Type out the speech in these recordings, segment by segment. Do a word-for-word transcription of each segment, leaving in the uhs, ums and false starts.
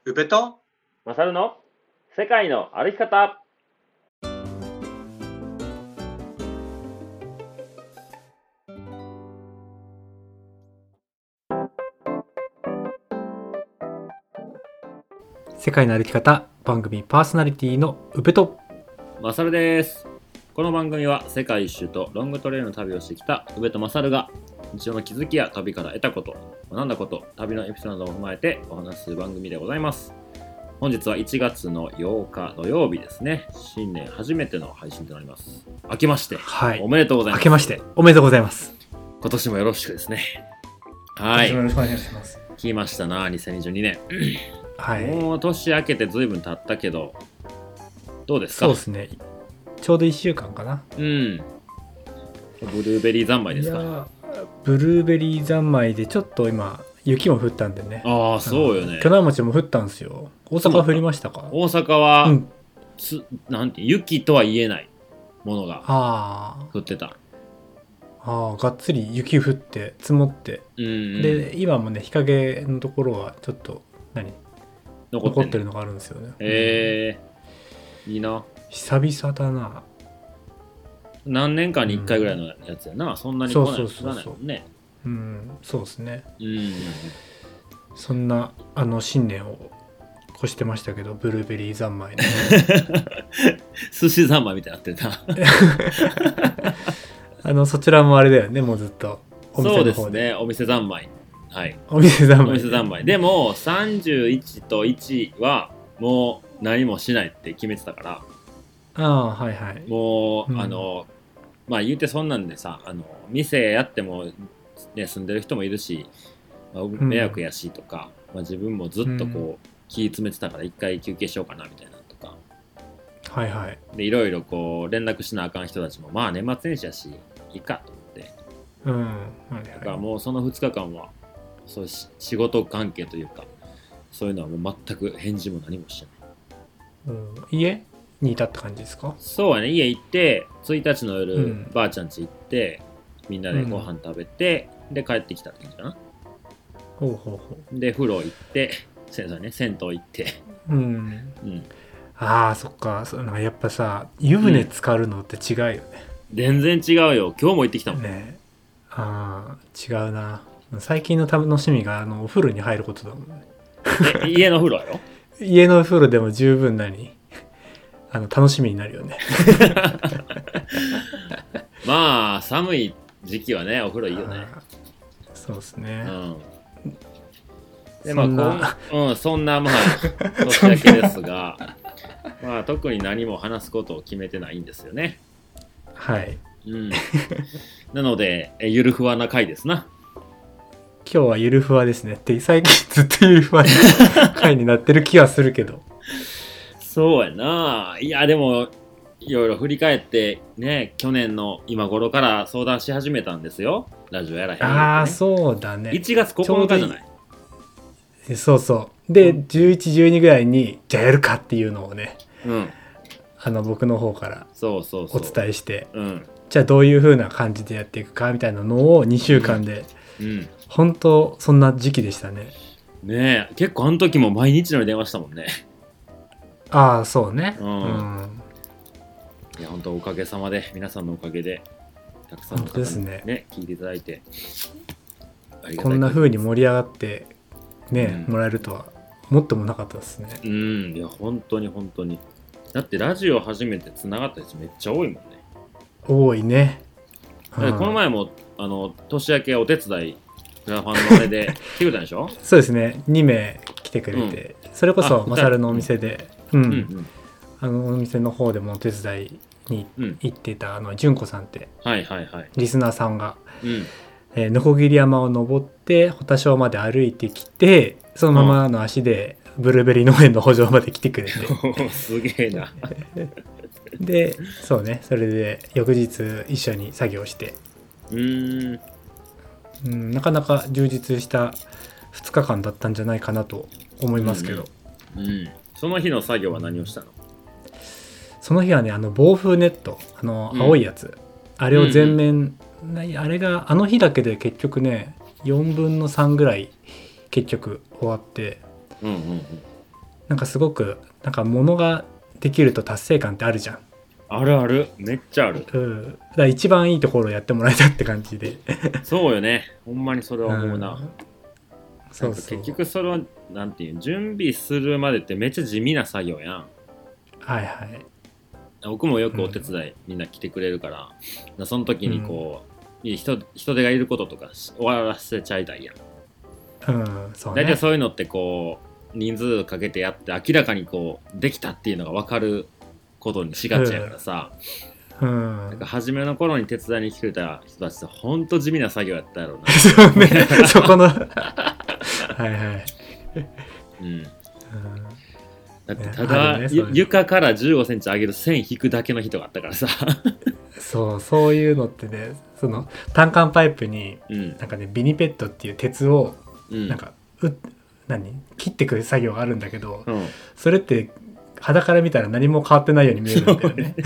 宇部とマサルの世界の歩き方。 世界の歩き方番組パーソナリティの宇部とマサルです。この番組は世界一周とロングトレイルの旅をしてきた宇部とマサルが日常の気づきや旅から得たこと、学んだこと、旅のエピソードを踏まえてお話しする番組でございます。本日はいちがつのようか土曜日ですね。新年初めての配信となります。明けまして、 はい、 おめでとうございます。 明けましておめでとうございます。 今年もよろしくですね。はい。 よろしくお願いします。 来ましたな、にせんにじゅうにねん。 はい。 もう年明けて随分経ったけど、どうですか？ そうですね。ちょうどいっしゅうかんかな。 うん。ブルーベリー三昧ですか？ いやブルーベリー三昧でちょっと今雪も降ったんでね。 ああ、そうよね。 鋸南町も降ったんですよ。大阪は降りましたか？ 大阪は、 うん、 つなんて雪とは言えないものが降ってた。 ああ、がっつり雪降って積もって、 うんうん、 で今もね日陰のところはちょっと何残って、 残ってるのがあるんですよね。 えー、うん、いいな。 久々だな。 何年間にいっかいぐらいのやつやな、うん、そんなに来ない、降らないもんね。 うん、そうですね。 うん、 そんなあの新年を越してましたけど、ブルーベリー三昧の寿司三昧みたいになってたあのそちらもあれだよね、もうずっとお店の方で。そうですね、お店三昧。はい。 お店三昧。 お店三昧。でもさんじゅういちといちはもう何もしないって決めてたから。 ああ、はいはい。 もう、うん、あのまあ言うてそんなんでさ、あの店やっても、ね、住んでる人もいるし、まあ、迷惑やしとか、うん、まあ、自分もずっとこう、うん、気詰めてたから一回休憩しようかなみたいなとか、 はいはい。 でいろいろこう連絡しなあかん人たちもまあ年末年始やしいいかと思って、 うん、はいはい、 だからもうそのふつかかんはそう仕事関係というかそういうのはもう全く返事も何もしてない。 うん、家にいたって感じですか？ そうやね、家行ってついたちの夜、うん、ばあちゃん家行ってみんなでご飯食べて、うん、で帰ってきたって感じかな。 ほうほうほうで風呂行って銭湯ね、銭湯行ってうん、うん、ああそっか、そのやっぱさ湯船浸かるのって違うよね、 うん、全然違うよ。今日も行ってきたもんね。ああ違うな。最近の楽しみがあのお風呂に入ることだもんね。 え家の風呂やろ？ 家の風呂でも十分何あの楽しみになるよねまあ寒い時期はねお風呂いいよね。 そうですね、うん、 でまあそんな、うん、そんなまあ年明けですがまあ特に何も話すことを決めてないんですよね。 はい、 うん、なのでえゆるふわな回ですな。 今日はゆるふわですねって最近ずっとゆるふわな回になってる気はするけどそうやな。いやでもいろいろ振り返ってね、去年の今頃から相談し始めたんですよ、ラジオやらへん、ね、 ああそうだね。 いちがつここのかじゃない？ そうそうで、うん、じゅういち、じゅうにぐらいにじゃあやるかっていうのをね、 うん、 あの僕の方からお伝えして、 うん、 じゃあどういう風な感じでやっていくかみたいなのをにしゅうかんで、 うんうん、 本当そんな時期でしたね。 ねえ、結構あの時も毎日のように電話したもんね。 ああそうね、 うんうん、いや本当おかげさまで、皆さんのおかげでたくさんの方に ね, ね聞いていただいてありがたい。 こんな風に盛り上がってね、うん、もらえるとは思ってもなかったですね。 うん、いや本当に本当に。だってラジオ初めてつながったやつめっちゃ多いもんね。 多いね。 この前もあの年明けお手伝いクラファンのあれで来てくれたでしょ？ そうですね、にめい来てくれて、うん、それこそマサルのお店で、うんうんうん、あのお店の方でもお手伝いに行ってた、うん、あの純子さんって、 はいはいはい、 リスナーさんが、 うんえー、のこぎり山を登って保田小まで歩いてきて、そのままの足でブルーベリー農園の圃場まで来てくれてすげえなでそうね、それで翌日一緒に作業して、 うーん、 うん、なかなか充実したふつかかんだったんじゃないかなと思いますけど、 うんうんうん、その日の作業は何をしたの？ その日はね、あの防風ネット、あの青いやつ、うん、あれを全面、うんうん、あれがあの日だけで結局ねよんぶんのさんぐらい結局終わって、 うんうんうん、 なんかすごくなんか物ができると達成感ってあるじゃん。 あるある、めっちゃある。 うん、だから一番いいところをやってもらえたって感じでそうよね、ほんまにそれは思うな。 うん、そうそう。 結局それはなんていう準備するまでってめっちゃ地味な作業やん。 はいはい。 僕もよくお手伝い、うん、みんな来てくれるからその時にこう、うん、人, 人手がいることとか終わらせちゃいたいやん。 うん、そうね。 大体そういうのってこう人数かけてやって明らかにこうできたっていうのが分かることにしがちやからさ、うん、なんか初めの頃に手伝いに来てくれた人たちってほんと地味な作業やったやろうなそうねそこのはいはい、うん、 だってただ、ね、床からじゅうごセンチ上げる線引くだけの人があったからさそうそういうのってね、その単管パイプに、うん、なんかねビニペットっていう鉄を、うん、なんかう何切ってくる作業があるんだけど、うん、それって肌から見たら何も変わってないように見えるんだよね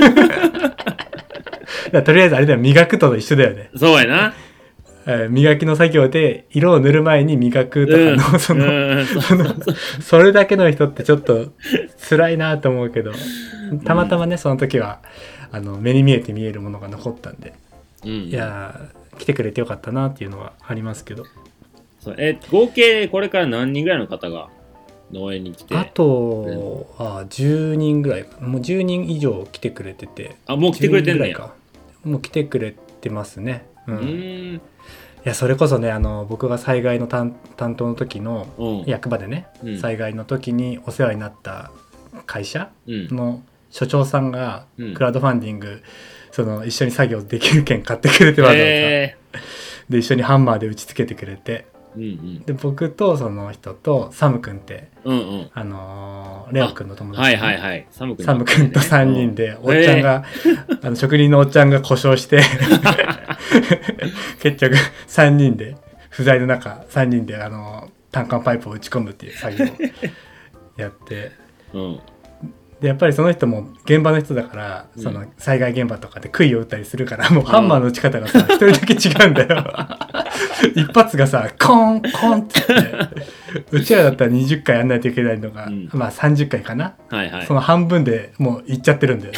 とりあえずあれだよ、磨くと一緒だよね。 そうやな。 磨きの作業で色を塗る前に磨くとかの、うん、その、うん、そのそれだけの人ってちょっと辛いなと思うけど、たまたまねその時はあの目に見えて見えるものが残ったんで、うん、いや来てくれてよかったなっていうのはありますけど。 そうえ合計これから何人ぐらいの方が農園に来て、 あとあじゅうにんぐらいか、もうじゅうにん以上来てくれてて。 あ、もう来てくれてんねや。 もう来てくれてますね。うん、うんいやそれこそね、あの僕が災害の担当の時の、うん、役場でね、うん、災害の時にお世話になった会社の所長さんがクラウドファンディング、うん、その一緒に作業できる券買ってくれてわざわざ、えー、で一緒にハンマーで打ち付けてくれて、うんうん、で僕とその人とサム君って、うんうん、あのー、レオ君の友達、 はいはいはい、 サム君、サム君とさんにんで、うん、おっちゃんが、えー、あの職人のおっちゃんが故障して結局さんにんで不在の中さんにんであの単管パイプを打ち込むっていう作業をやって、うん、でやっぱりその人も現場の人だから、うん、その災害現場とかで杭を打ったりするからもうハンマーの打ち方がさ一、うん、人だけ違うんだよ一発がさコーンコーンってうちらだったらにじゅっかいやんないといけないのが、うん、まあさんじゅっかいかな、はいはい、その半分でもういっちゃってるんだよね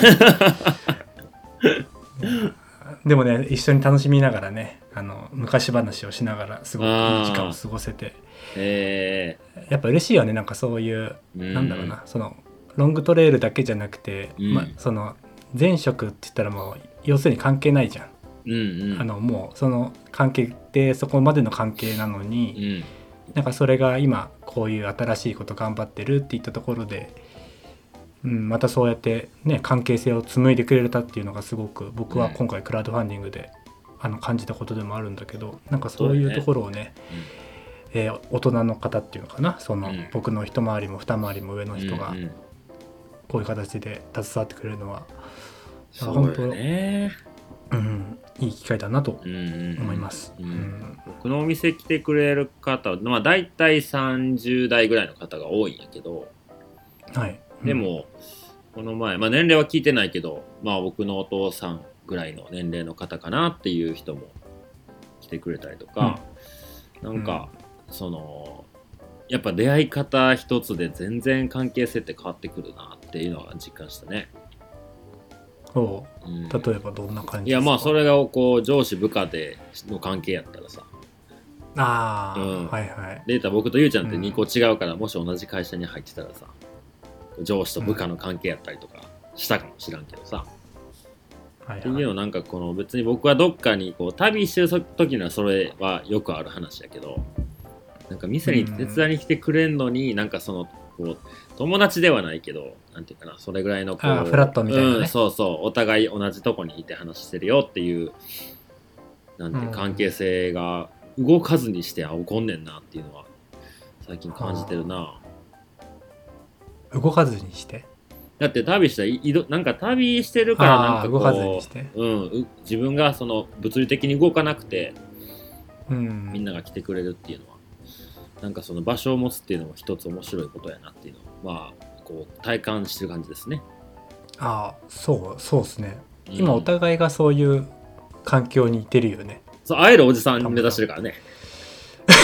でもね一緒に楽しみながらね、あの昔話をしながらすごくいい時間を過ごせて、えー、やっぱ嬉しいよね。なんかそういう、うん、なんだろうな、そのロングトレイルだけじゃなくて、うんま、その前職って言ったらもう要するに関係ないじゃん、うんうん、あのもうその関係ってそこまでの関係なのに、うん、なんかそれが今こういう新しいこと頑張ってるっていったところで、うん、またそうやってね関係性を紡いでくれたっていうのがすごく僕は今回クラウドファンディングで、うん、あの感じたことでもあるんだけど、なんかそういうところをね、うんえー、大人の方っていうのかな、その、うん、僕の一回りも二回りも上の人がこういう形で携わってくれるのは、うんうん、本当、ねうん、いい機会だなと思います、うんうんうん、 僕のお店来てくれる方は、まあ、大体さんじゅう代ぐらいの方が多いんやけど、はいでも、この前、まあ、年齢は聞いてないけど、まあ、僕のお父さんぐらいの年齢の方かなっていう人も来てくれたりとか、うん、なんか、うん、そのやっぱ出会い方一つで全然関係性って変わってくるなっていうのは実感したね。 おう、うん、例えばどんな感じですか？ いやまあそれがこう上司部下での関係やったらさ、 ああ、うん、はいはい。 データ僕とゆうちゃんってにこ違うから、うん、もし同じ会社に入ってたらさ、上司と部下の関係やったりとかしたかもしらんけどさ、うんはいはい、っていうのなんかこの別に僕はどっかにこう旅してる時にはそれはよくある話やけど、なんか店に手伝いに来てくれんのに、うん、なんかそのこう友達ではないけどなんていうかな、それぐらいのこうフラットみたいなね、 うん、そうそうお互い同じとこにいて話してるよっていうなんて関係性が動かずにして起こんねんなっていうのは最近感じてるな。 動かずにしてだって旅した移動なんか旅してるからなんかこう動かずにして、 うん、自分がその物理的に動かなくて、うん、みんなが来てくれるっていうのはなんかその場所を持つっていうのも一つ面白いことやなっていうのをまあこう体感してる感じですね。 ああそうそうですね、うん、今お互いがそういう環境にいてるよね。 そう会えるおじさん目指してるからね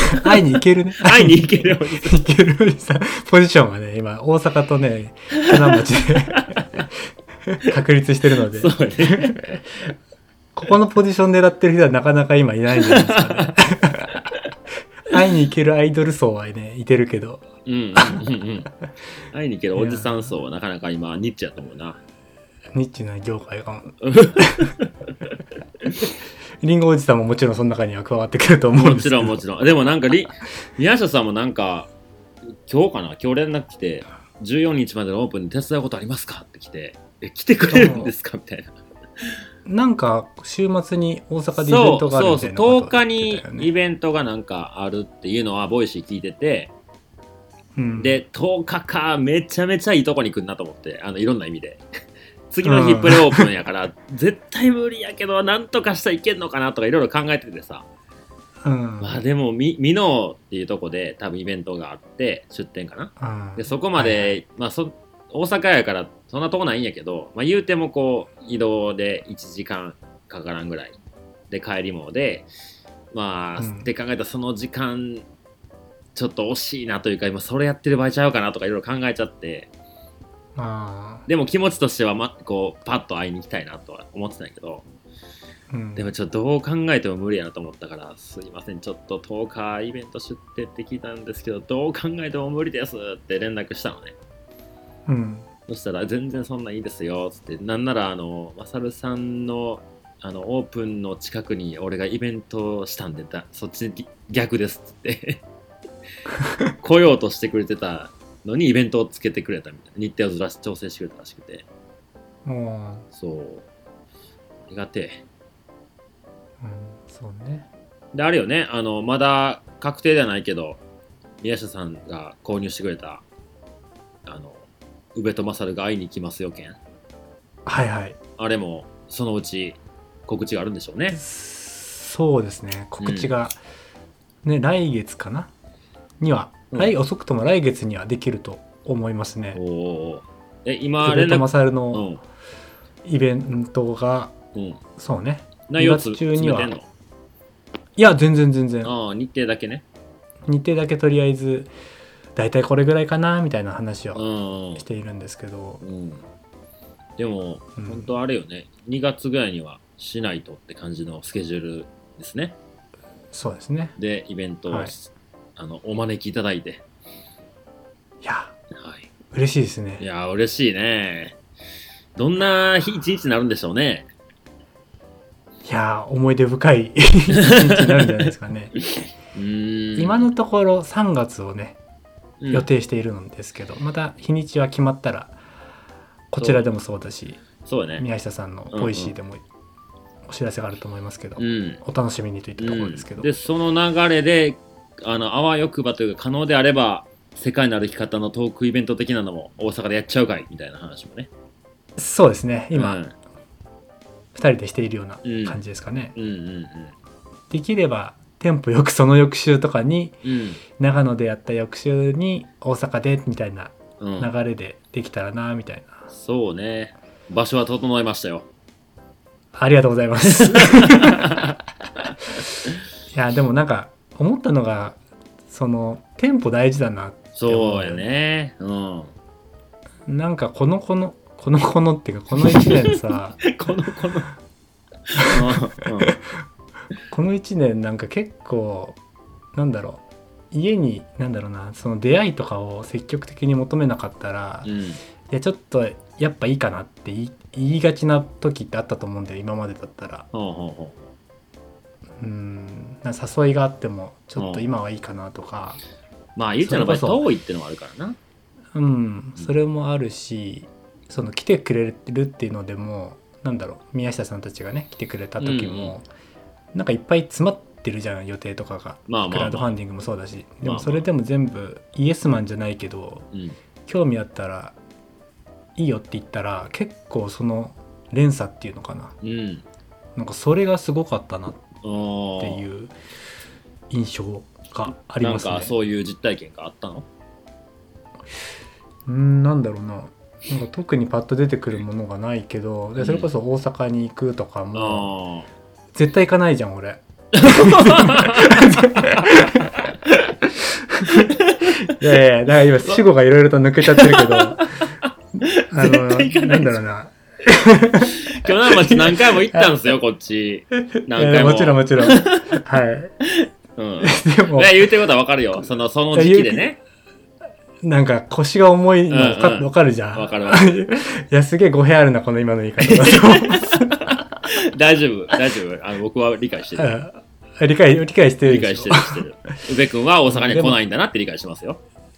会いに行けるね。 会いに行けるおじさん。 行けるおじさん。ポジションはね、今、大阪とね、船町で確立してるので。 そうね。 ここのポジション狙ってる人はなかなか今いないんじゃないですかね。会いに行けるアイドル層はね、いてるけど。 うんうんうんうん。会いに行けるおじさん層はなかなか今、ニッチやと思うな。 ニッチな業界かも。リンゴおじさんももちろんその中には加わってくると思うんですけど。 もちろんもちろん。でもなんかリ、宮下さんもなんか、今日かな今日連絡来て、じゅうよっかまでのオープンに手伝うことありますかって来て、え、来てくれるんですかみたいな。 なんか週末に大阪でイベントがあるみたいなこと、ね、 そうそう、とおかにイベントがなんかあるっていうのはボイシー聞いてて、うん、でとおかかめちゃめちゃいいとこに来るなと思って、あのいろんな意味で次の日プレオープンやから、うん、絶対無理やけどなんとかしたらいけんのかなとかいろいろ考えててさ、うん、まあでもみ美濃っていうとこで多分イベントがあって出店かな、うん、でそこまで、はいはい、まあそ大阪やからそんなとこないんやけど、まあ、言うてもこう移動でいちじかんかからんぐらいで帰りもで、まあ、うん、って考えたらその時間ちょっと惜しいなというか、今それやってる場合ちゃうかなとかいろいろ考えちゃって、あでも気持ちとしては、ま、こうパッと会いに行きたいなとは思ってたんやけど、うん、でもちょっとどう考えても無理やなと思ったから、すいませんちょっととおかイベント出店って聞いたんですけどどう考えても無理ですって連絡したのね。うん、そしたら全然そんなんいいですよつって、なんならあのマサルさんのあのオープンの近くに俺がイベントしたんでだそっち逆ですっつって来ようとしてくれてたのにイベントをつけてくれたみたいな、日程をずらし調整してくれたらしくて、うん、そうありがてえ、 うん、そうね。 であれよね、あのまだ確定ではないけど宮下さんが購入してくれたあの宇部とマサルが会いに行きますよ券、 はいはい、 あれもそのうち告知があるんでしょうね。 そうですね、告知が、うん、ね来月かなには、うん、来遅くとも来月にはできると思いますね。おえ今宇部とマサルのイベントが、うん、そうね内容つ中には詰めてんの？ いや全然全然、 ああ日程だけね、 日程だけとりあえずだいたいこれぐらいかなみたいな話をしているんですけど、うんうん、 でも、うん、本当あれよね、にがつぐらいにはしないとって感じのスケジュールですね。 そうですね。 でイベントを、はい、あのお招きいただいて、 いや、はい、嬉しいですね。 いや嬉しいね。どんな日一日になるんでしょうね。 いや思い出深い一日になるんじゃないですかね。うーん今のところさんがつをね予定しているんですけど、うん、また日にちは決まったらこちらでもそうだし、 そうね、 宮下さんのボイシーでもお知らせがあると思いますけど、うん、お楽しみにといったところですけど、 うん、でその流れであのあわよくばというか可能であれば世界の歩き方のトークイベント的なのも大阪でやっちゃうかいみたいな話もね。 そうですね今、うん、ふたりでしているような感じですかね、うんうんうんうん、できればテンポよくその翌週とかに、うん、長野でやった翌週に大阪でみたいな流れでできたらなみたいな、 うん、そうね、場所は整えましたよ。 ありがとうございますいやでもなんか思ったのがそのテンポ大事だなって思う。 そうやね、うん、 なんかこのこのこのこのっていうかこのいちねんさこのこのこのいちねんなんか結構なんだろう家になんだろうなその出会いとかを積極的に求めなかったら、うん、いやちょっとやっぱいいかなって言い、言いがちな時ってあったと思うんだよ今までだったら。ほうほうほう、うん誘いがあってもちょっと今はいいかなとか、 まあゆうちゃんの場合遠いってのもあるからな。 うん、それもあるしその来てくれるっていうのでもなんだろう宮下さんたちがね来てくれた時も、うん、なんかいっぱい詰まってるじゃん予定とかが、まあまあまあ、クラウドファンディングもそうだし、でもそれでも全部イエスマンじゃないけど、うん、興味あったらいいよって言ったら結構その連鎖っていうのかな、うん、なんかそれがすごかったなっていう印象がありますね。 なんかそういう実体験があったの？ うーんなんだろうな、なんか特にパッと出てくるものがないけど、でそれこそ大阪に行くとかも、うん、絶対行かないじゃん俺いやいや、だから今死後がいろいろと抜けちゃってるけどあのなんだろうな京南町何回も行ったんですよこっち何回ももちろんもちろんはいうん、でも言うてることは分かるよそのその時期でねなんか腰が重いの分か、うんうん、分かるじゃん分かる分かるいやすげえ語弊あるなこの今の言い方だと大丈夫大丈夫あの僕は理解してる理解理解してる理解してるしてる宇部君は大阪に来ないんだなって理解してますよ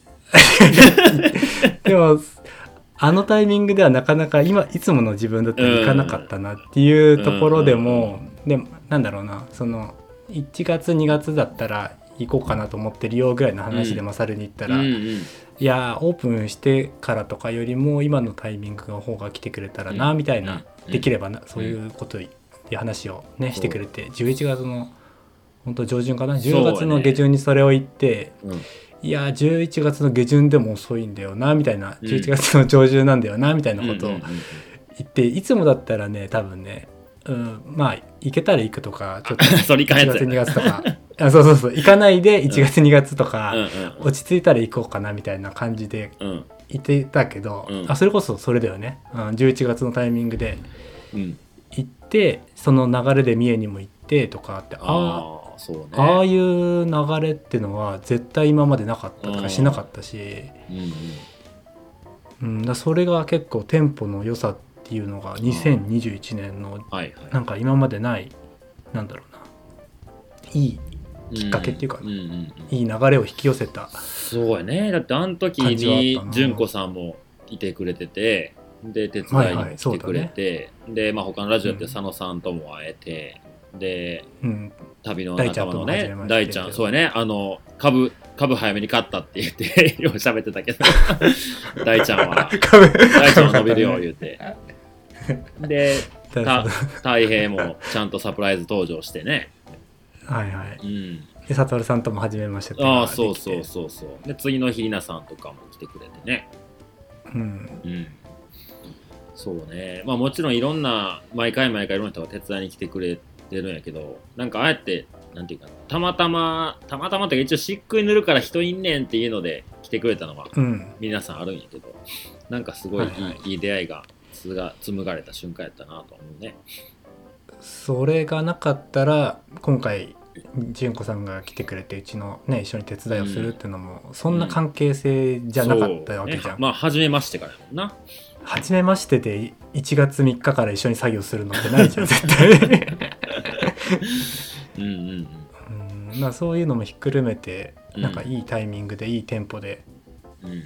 でもあのタイミングではなかなか今いつもの自分だったら行かなかったなっていうところでも、うんうんうん、でなんだろうなそのいちがつにがつだったら行こうかなと思ってるよぐらいの話でマサルに行ったら、うんうんうん、いやオープンしてからとかよりも今のタイミングの方が来てくれたらなみたいな、うんうん、できればなそういうことっていう話をねしてくれてじゅういちがつの本当上旬かなじゅうがつの下旬にそれを言って、ねうん、いやじゅういちがつの下旬でも遅いんだよなみたいな、うん、じゅういちがつの上旬なんだよなみたいなことを言って、いつもだったらね多分ねうん、まあ行けたら行くとかちょっといちがつにがつとかあそうそうそう行かないでいちがつにがつとか、うんうんうん、落ち着いたら行こうかなみたいな感じで行ってたけど、うん、あそれこそそれだよね、うん、じゅういちがつのタイミングで行って、うん、その流れで三重にも行ってとかってああ、そうね、ああいう流れってのは絶対今までなかったとかしなかったし、うんうんうん、だそれが結構テンポの良さっていうのがにせんにじゅういちねんのなんか今までないなんだろうないいきっかけっていうか、ねうんうんうんうん、いい流れを引き寄せたそうやねだってあの時に純子さんもいてくれててで手伝いにも来てくれて、はいはいね、で、まあ、他のラジオって佐野さんとも会えて、うん、で、うん、旅の仲間のね大ちゃんそうやねあの株株早めに買ったって言ってよう喋ってたけど大ちゃんは大ちゃんは伸びるよ言うてでた太平もちゃんとサプライズ登場してねはいはい、うん、で悟さんとも初めましてああそうそうそうそうで次の日ひなさんとかも来てくれてねうん、うん、そうねまあもちろんいろんな毎回毎回いろんな人が手伝いに来てくれてるんやけどなんかあえてなんていうかたまたまたまたまって一応漆喰塗るから人いんねんっていうので来てくれたのは、うん、皆さんあるんやけどなんかすごいいい、はいはい、いい出会いがつが紡がれた瞬間やったなと思うねそれがなかったら今回純子さんが来てくれてうちのね一緒に手伝いをするっていうのも、うん、そんな関係性じゃなかったわけじゃん、 ね、まあ初めましてからやもんな初めましてでいちがつみっかから一緒に作業するのってないじゃん絶対うんうん、うん、まあそういうのもひっくるめて、うん、なんかいいタイミングでいいテンポで、うんうん、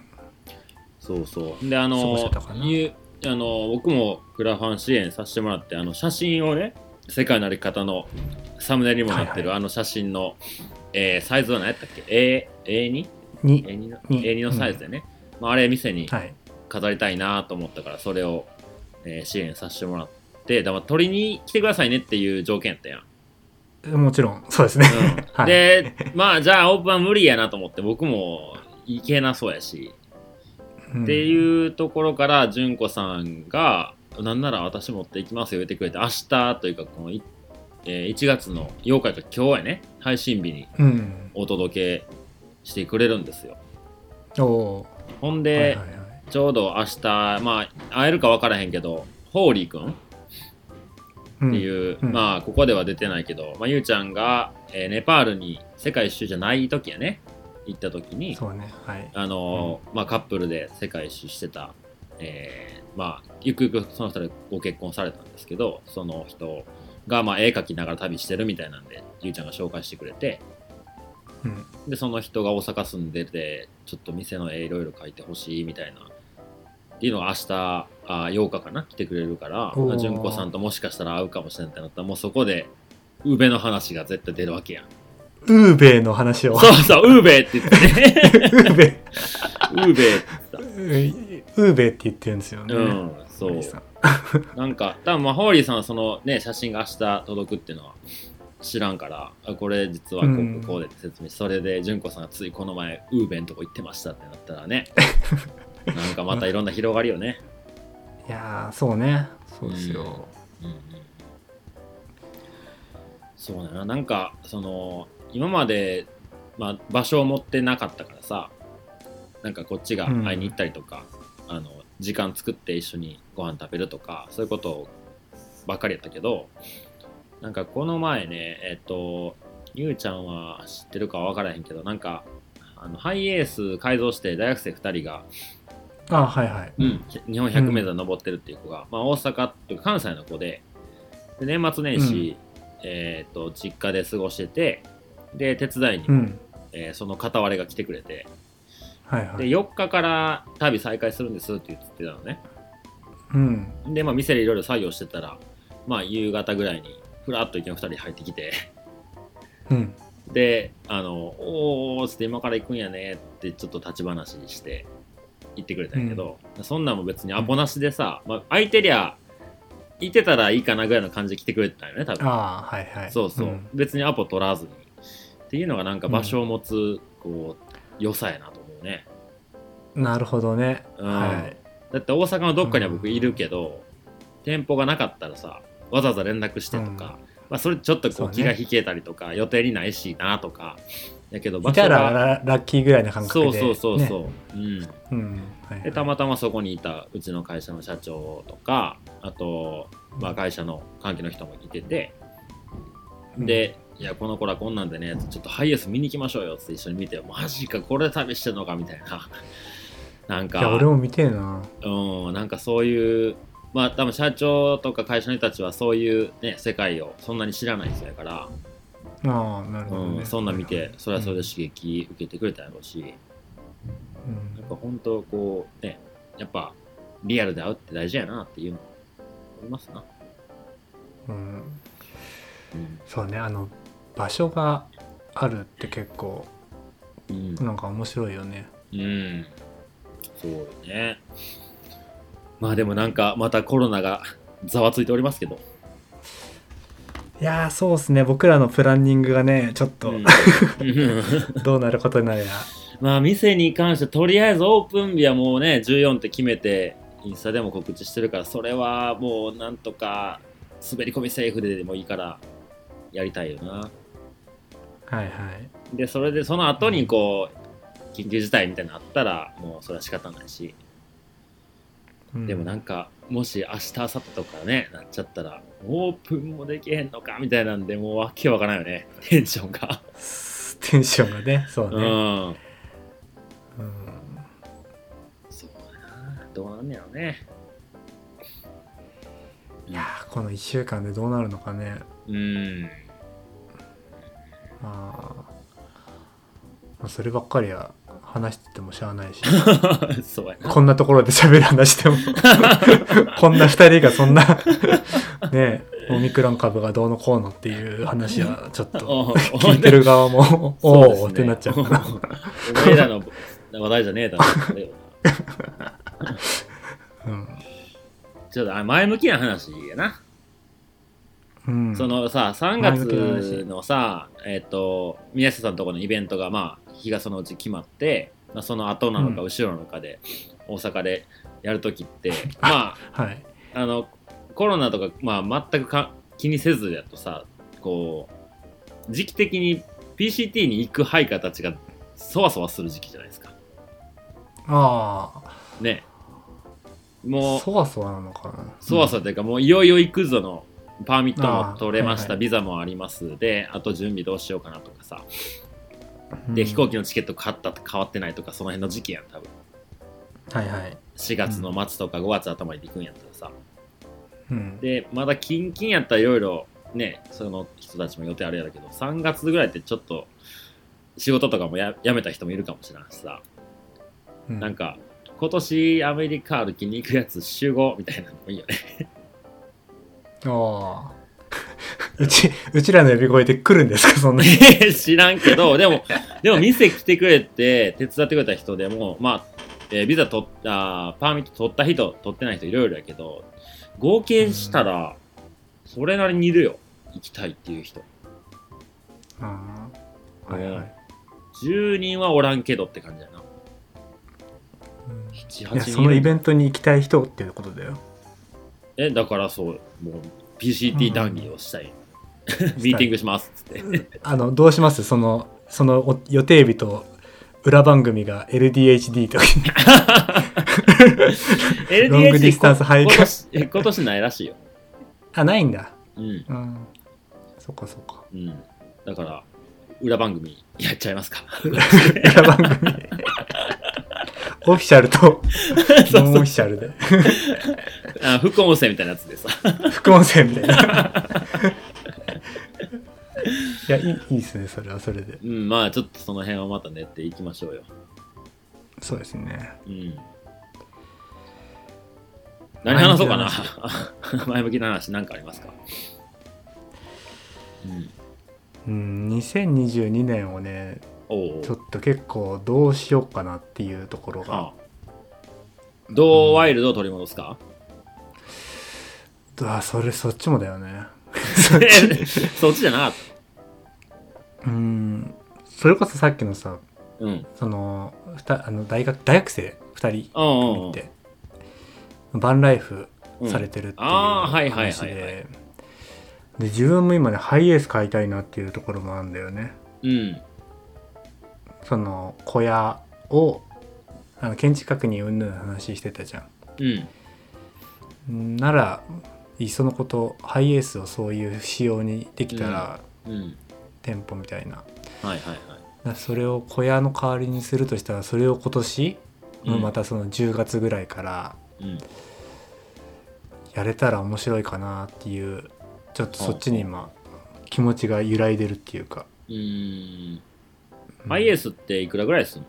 そうそうであのあの僕もクラファン支援させてもらってあの写真をね世界の歩き方のサムネにもなってる、はいはい、あの写真の、えー、サイズは何やったっけ エーに? に エーに の, エーにのサイズでね、うんまあ、あれ店に飾りたいなと思ったからそれを、えー、支援させてもらってだから取りに来てくださいねっていう条件やったやんもちろんそうですね、 うんはい、でまあじゃあオープンは無理やなと思って僕も行けなそうやしっていうところから純子さんがなんなら私持っていきますよ言ってくれて明日というかこのい、えー、いちがつのようかか今日やね配信日にお届けしてくれるんですよ、うん、おほんで、はいはいはい、ちょうど明日まあ会えるか分からへんけどホーリーくんっていう、うん、まあここでは出てないけど、まあ、ゆうちゃんが、えー、ネパールに世界一周じゃない時やね行った時にそうね、はい、 あのーうんまあ、カップルで世界一周してた、えー、まあゆくゆくその人でご結婚されたんですけどその人がまあ絵描きながら旅してるみたいなんでゆうちゃんが紹介してくれて、うん、でその人が大阪住んでてちょっと店の絵いろいろ描いてほしいみたいなっていうのが明日あようかかな来てくれるから純子さんともしかしたら会うかもしれないってなったらもうそこで宇部の話が絶対出るわけやんウーベイの話をそうそうウーベイって言ってねウーベイウーベイって言ったウーベイって言ってるんですよねうんそうなんか多分まあホーリーさんはそのね写真が明日届くっていうのは知らんからこれ実はこうこうでって説明し、うん、それで純子さんがついこの前ウーベイのとこ行ってましたってなったらねなんかまたいろんな広がりよねいやーそうねそうですよ、うんうんうん、 そうだななんかその今まで、まあ、場所を持ってなかったからさなんかこっちが会いに行ったりとか、うん、あの時間作って一緒にご飯食べるとかそういうことばっかりやったけど、なんかこの前ねえっとゆうちゃんは知ってるか分からへんけど、なんかあのハイエース改造して大学生ふたりがあはいはい、 うん、日本ひゃくメートル登ってるっていう子が、うんまあ、大阪というか関西の子で、で年末年始、うんえー、と実家で過ごしてて、で手伝いにも、うんえー、その片割れが来てくれて、はいはい、でよっかから旅再開するんですって言ってたのね、うん、で、まあ、店でいろいろ作業してたら、まあ、夕方ぐらいにふらっといきのふたり入ってきて、うん、であのおーっつって今から行くんやねってちょっと立ち話して言ってくれたんやけど、うん、そんなんも別にアポなしでさ、うんまあ、空いてりゃいてたらいいかなぐらいの感じで来てくれてたよね多分。 あはいはいそうそう、うん、別にアポ取らずにっていうのがなんか場所を持つ、うん、こう良さやなと思うね。 なるほどね、 うんはい、だって大阪のどっかには僕いるけど、うん、店舗がなかったらさわざわざ連絡してとか、うんまあ、それちょっとこう気が引けたりとか、ね、予定にないしなとかやけど場所がいたら ラ, ラッキーぐらいの感覚で、ね、 そうそうそうそう、うんうんはいはい、でたまたまそこにいたうちの会社の社長とかあと、まあ、会社の関係の人もいてて、うん、でいやこの子らこんなんでねちょっとハイエース見に行きましょうよって一緒に見てマジかこれで旅してんのかみたいななんかいや俺も見てえなうんなんかそういうまあ多分社長とか会社の人たちはそういうね世界をそんなに知らない人やからああなるほど、ねうん、そんな見てそれはそれで刺激受けてくれたやろうし、うん、やっぱ本当こうねやっぱリアルで会うって大事やなっていうのありますな、 うんうん、そうねあの場所があるって結構、うん、なんか面白いよねうんそうよね。まあでもなんかまたコロナがざわついておりますけどいやーそうですね僕らのプランニングがねちょっと、うん、どうなることになるやまあ店に関してとりあえずオープン日はもうねじゅうよんって決めてインスタでも告知してるからそれはもうなんとか滑り込みセーフでもいいからやりたいよな。 はいはいでそれでその後にこう緊急事態みたいなのあったらもうそれは仕方ないし、うん、でもなんかもし明日明後日とかねなっちゃったらオープンもできへんのかみたいなんでもうわけわからないよねテンションがテンションがねそうね、うんうん、そうだなどうなんねやろね。 いやーこのいっしゅうかんでどうなるのかねうんまあそればっかりは話しててもしゃあないしそうやなこんなところで喋る話でもこんなふたりがそんなねオミクロン株がどうのこうのっていう話はちょっと聞いてる側もおおってなっちゃうからお前らの話題じゃねえだろ、うん、ちょっと前向きな話やな、うん、そのささんがつのさえっ、ー、と宮下さんのところのイベントがまあ日がそのうち決まって、まあ、その後なのか後ろなのかで大阪でやるときって、うん、まあ、はい、あのコロナとか、まあ、全くか気にせずやとさこう時期的に ピーシーティー に行く配下たちがそわそわする時期じゃないですか。 ああねもうそわそわなのかなそわそわというか、うん、もういよいよ行くぞのパーミットも取れました、はいはい、ビザもありますであと準備どうしようかなとかさで、うん、飛行機のチケット買ったと変わってないとかその辺の時期やん多分はいはいしがつの末とかごがつ頭に行くんやったらさ、うん、でまだキンキンやったらいろいろねその人たちも予定あるやだけどさんがつぐらいってちょっと仕事とかも や, やめた人もいるかもしれないしさ、うん、なんか今年アメリカ歩きに行くやつ集合みたいなのもいいよねああうちうちらの呼び声で来るんですかそんなに知らんけどでもでも店来てくれて手伝ってくれた人でもまあ、えー、ビザ取ったパーミット取った人取ってない人いろいろやけど合計したらそれなりにいるよ行きたいっていう人。 ああはいはいじゅうにんはおらんけどって感じやな、 うん、いやそのイベントに行きたい人っていうことだよ。 えだからそうもう ピーシーティー 談義をしたい、うん、ミーティングしますっつってあのどうしますそのその予定日と裏番組が エルディーエイチディー とかロングディスタンスハイカー今年ないらしいよ。 あ、ないんだ。 うん、うん、 そっかそっか、 うん、だから裏番組やっちゃいますか。 裏番組オフィシャルとノンオフィシャルであ、副音声みたいなやつでさ副音声みたいないや、いい、いいですね、それはそれで。 うん、まあちょっとその辺はまた練っていきましょうよ。 そうですね。 うん。何話そうかな。前向きな話なんかありますか？ うん。うん、にせんにじゅうにねんをね、おちょっと結構どうしようかなっていうところが。はあ、 どうワイルドを取り戻すか？ うん、あ、それそっちもだよね。 そっちそっちじゃなかった。 うん、それこそさっきのさ、 うん、 そのあの大学大学生ふたり組ってバンライフされてるっていう話で、で自分も今ねハイエース買いたいなっていうところもあるんだよね。 うん、 その小屋をあの建築確認うんぬん話してたじゃん。うん、ならいっそのことハイエースをそういう仕様にできたら、うんうん、店舗みたいな、 はいはいはい、 それを小屋の代わりにするとしたらそれを今年、うん、またそのじゅうがつぐらいからやれたら面白いかなっていう、ちょっとそっちに今気持ちが揺らいでるっていうか。 うーん、ハイエースっていくらぐらいするの？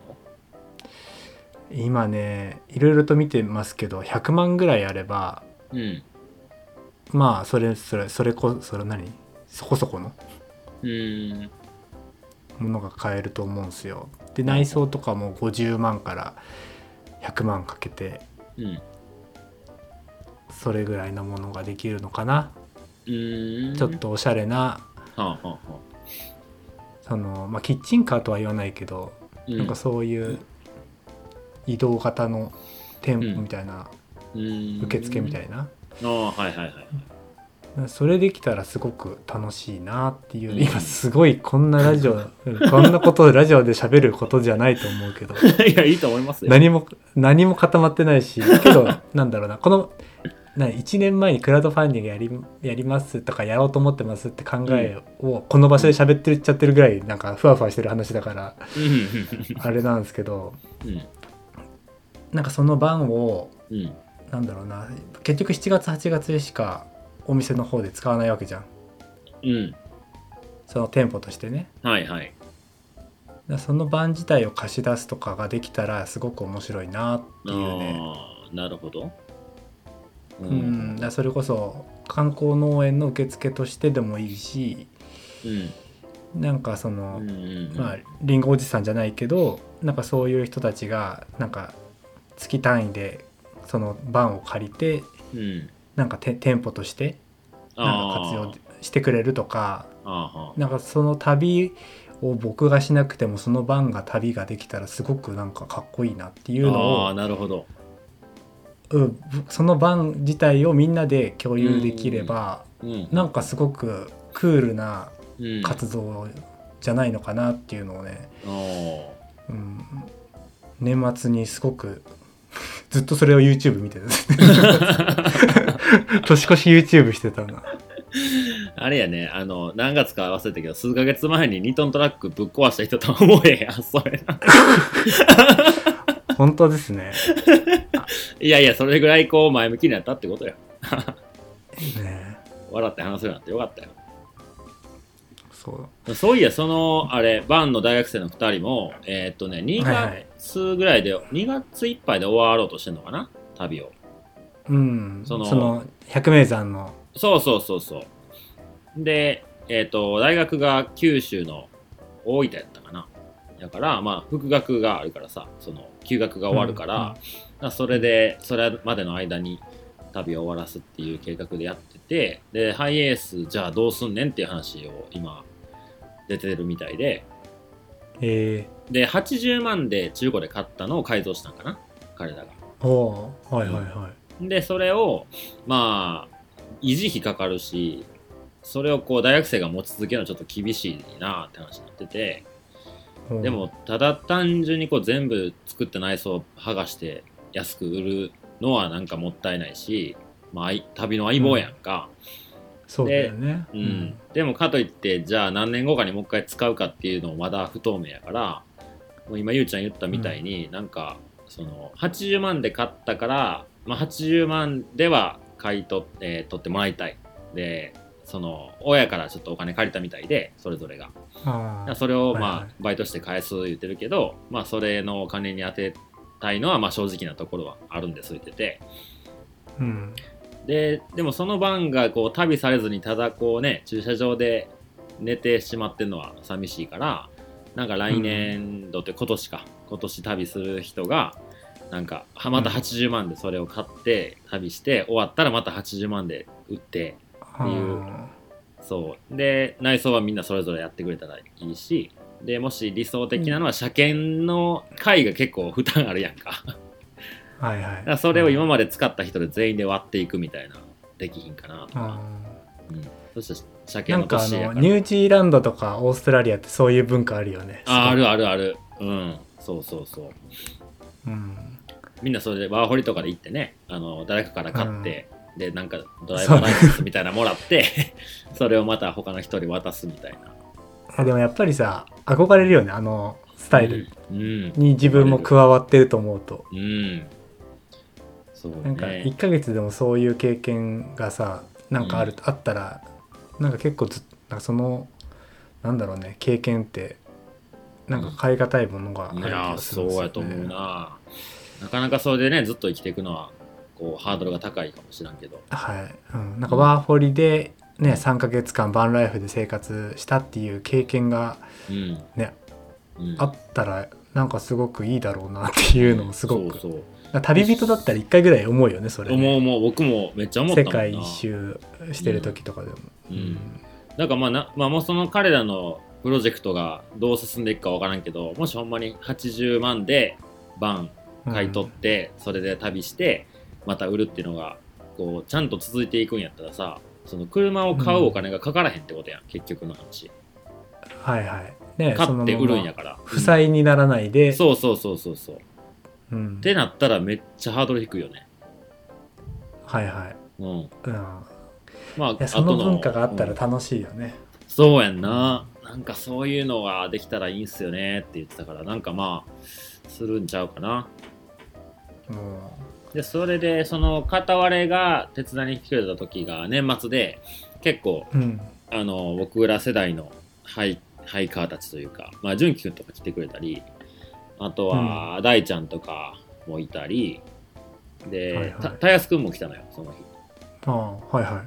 今ねいろいろと見てますけどひゃくまんぐらいあれば、うん、まあそれそれそれこそれ何そこそこのうーんものが買えると思うんですよ。で内装とかもごじゅうまんからひゃくまんかけて、うん、それぐらいのものができるのかな。うーん、ちょっとおしゃれな、はあはあはあ、そのまあ、キッチンカーとは言わないけど、うん、なんかそういう移動型の店舗みたいな、うん、受付みたいな、 あ、はいはいはい、 それできたらすごく楽しいなっていう、うん、今すごいこんなラジオこんなことをラジオで喋ることじゃないと思うけどいやいいと思いますよ。 何も何も固まってないし、けどなんだろうな、このいちねんまえにクラウドファンディングやり、やりますとかやろうと思ってますって考えをこの場所で喋ってっちゃってるぐらいなんかふわふわしてる話だからあれなんですけど、うん、なんかその番を、うん、なんだろうな、結局しちがつはちがつでしかお店の方で使わないわけじゃん、うん、その店舗としてね。 はいはい。 だその番自体を貸し出すとかができたらすごく面白いなっていうね。 あ、なるほど。 うん、だそれこそ観光農園の受付としてでもいいし、うん、なんかその、うんうんうん、まあリンゴおじさんじゃないけどなんかそういう人たちがなんか月単位でその番を借りて、うん、なんかて店舗としてなんか活用してくれるとか、なんかその旅を僕がしなくてもその番が旅ができたらすごくなんかかっこいいなっていうのを。 あ、なるほど。 うん、その番自体をみんなで共有できれば、うんうん、なんかすごくクールな活動じゃないのかなっていうのをね、うん、年末にすごくずっとそれを YouTube 見てた年越し YouTube してたな。 あれやね、あの何月か忘れたけど数ヶ月前ににトントラックぶっ壊した人とは思えやんそれな本当ですね。 いやいや、それぐらいこう前向きになったってことよね、 笑って話せるようになってよかったよ。 そう、 そういや、そのあれバンの大学生のふたりもえー、っとねにがつぐらいで、はいはい、にがついっぱいで終わろうとしてんのかな、旅を。 うん、そのその百名山の。 そうそうそうそう。でえー、っと大学が九州の大分やったかな。だからまあ復学があるからさ、その休学が終わるから、うんうん、それでそれまでの間に旅を終わらすっていう計画でやってて、でハイエースじゃあどうすんねんっていう話を今出てるみたいで、 えー、ではちじゅうまんで中古で買ったのを改造したんかな彼らが。 おー、はいはいはい。 でそれをまあ維持費かかるし、それをこう大学生が持ち続けるのはちょっと厳しいなって話になってて、 でもただ単純にこう全部作って内装を剥がして安く売るのはなんかもったいないし、まあ、旅の相棒やんか、 うん、そうだよね、 うんうん、でもかといってじゃあ何年後かにもう一回使うかっていうのもまだ不透明やから、もう今ゆうちゃん言ったみたいに、うん、なんかそのはちじゅうまんで買ったから、まあ、はちじゅうまんでは買い取って、えー、取ってもらいたい。でその親からちょっとお金借りたみたいで、それぞれがあそれをまあ、はいはい、バイトして返す言ってるけど、まあそれのお金に当てたいのはまあ正直なところはあるんです言ってて、うん、ででもその晩がこう旅されずにただこうね駐車場で寝てしまってるのは寂しいから、なんか来年度って今年か、うん、今年旅する人がなんかまたはちじゅうまんでそれを買って旅して終わったらまたはちじゅうまんで売ってっていう、そうで内装はみんなそれぞれやってくれたらいいし、でもし理想的なのは車検の会が結構負担あるやんかはいはい、だからそれを今まで使った人で全員で割っていくみたいなできひんかなとか、うん、そして車検の年やから。 なんかあのニュージーランドとかオーストラリアってそういう文化あるよね。 ああるあるある、うんそうそうそう、うん、みんなそれでワーホリとかで行ってね、あの誰かから買って、うん、でなんかドライバーライセンスみたいなもらってそれをまた他の人に渡すみたいな。 でもやっぱりさ憧れるよね、あのスタイルに自分も加わってると思うと、うん、うんそうね、なんかいっかげつでもそういう経験がさなんかある、うん、あったらなんか結構ずなんかそのなんだろうね経験ってなんか買い難いものがある気がするんですよね。いやそうやと思うな。なかなかそれでねずっと生きていくのはこうハードルが高いかもしれんけど、 はい、うん、なんかワーホリでね、うん、さんかげつかんバンライフで生活したっていう経験がね、うんうん、あったらなんかすごくいいだろうなっていうのもすごく、うん、そうそう旅人だったらいっかいぐらい思うよねそれね。 思う思う、僕もめっちゃ思ったもんな。 世界一周してる時とかでも、うんうん、 だからまあな、まあ、もうその彼らのプロジェクトがどう進んでいくか分からんけど、もしほんまにはちじゅうまんでバン買い取って、うん、それで旅してまた売るっていうのがこうちゃんと続いていくんやったらさ、その車を買うお金がかからへんってことやん、うん、結局の話。 はいはいね、 買って売るんやから負債にならないで、 うん、そうそうそうそうそう、うん、ってなったらめっちゃハードル低いよね。 はいはい、うん、うん、 まあその文化があったら楽しいよね、 うん、そうやんな。なんかそういうのができたらいいんすよねって言ってたから、なんかまあするんちゃうかな。うん、でそれでその片割れが手伝いに来てくれた時が年末で、結構、うん、あの僕ら世代のハイ、ハイカーたちというか、まあ純喜くんとか来てくれたり、あとは、うん、大ちゃんとかもいたりで、はいはい、たやすくんも来たのよその日。 ああはいはい。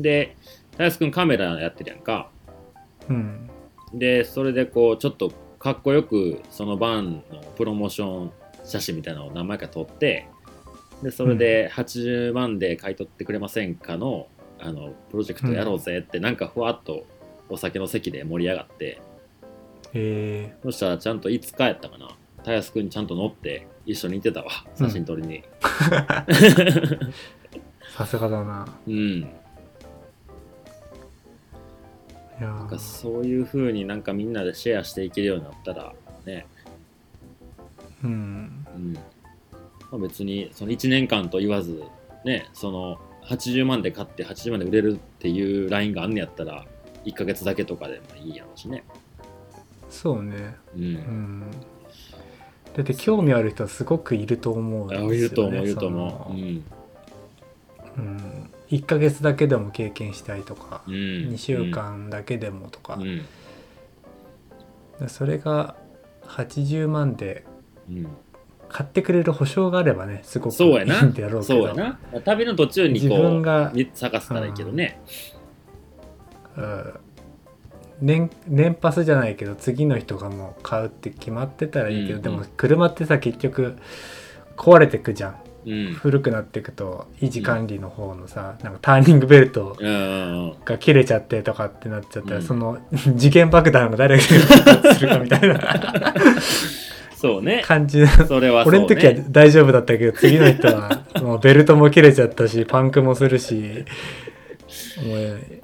でたやすくんカメラやってるやんか、うん、でそれでこうちょっとかっこよくそのバンのプロモーション写真みたいなのを何枚か撮って、でそれではちじゅうまんで買い取ってくれませんかの、あのプロジェクトやろうぜって、なんかふわっとお酒の席で盛り上がって、へそしたらちゃんといつかやったかな、たやすくんにちゃんと乗って一緒に行ってたわ、写真撮りに、 うん、さすがだな。うん、いやなんかそういう風になんかみんなでシェアしていけるようになったらね、うん、うん、まあ、別にそのいちねんかんと言わずね、そのはちじゅうまんで買ってはちじゅうまんで売れるっていうラインがあんねやったらいっかげつだけとかでもいいやろうしね。 そうね、うん、うん、だって興味ある人はすごくいると思うんですよね。 いると思う、いると思う、うんうん、いっかげつだけでも経験したいとか、うん、にしゅうかんだけでもとか、うん、それがはちじゅうまんで買ってくれる保証があればね、すごくいいんだろうけど、 そうやな、旅の途中にこう自分が探せたらいいけどね、 うんうん、年, 年パスじゃないけど次の人がもう買うって決まってたらいいけど、うんうん、でも車ってさ結局壊れてくじゃん、うん、古くなっていくと維持管理の方のさ、うん、なんかターニングベルトが切れちゃってとかってなっちゃったら、うん、その時限爆弾が誰がするかみたいなそうね感じ、それはそうね、俺の時は大丈夫だったけど次の人はもうベルトも切れちゃったしパンクもするしもう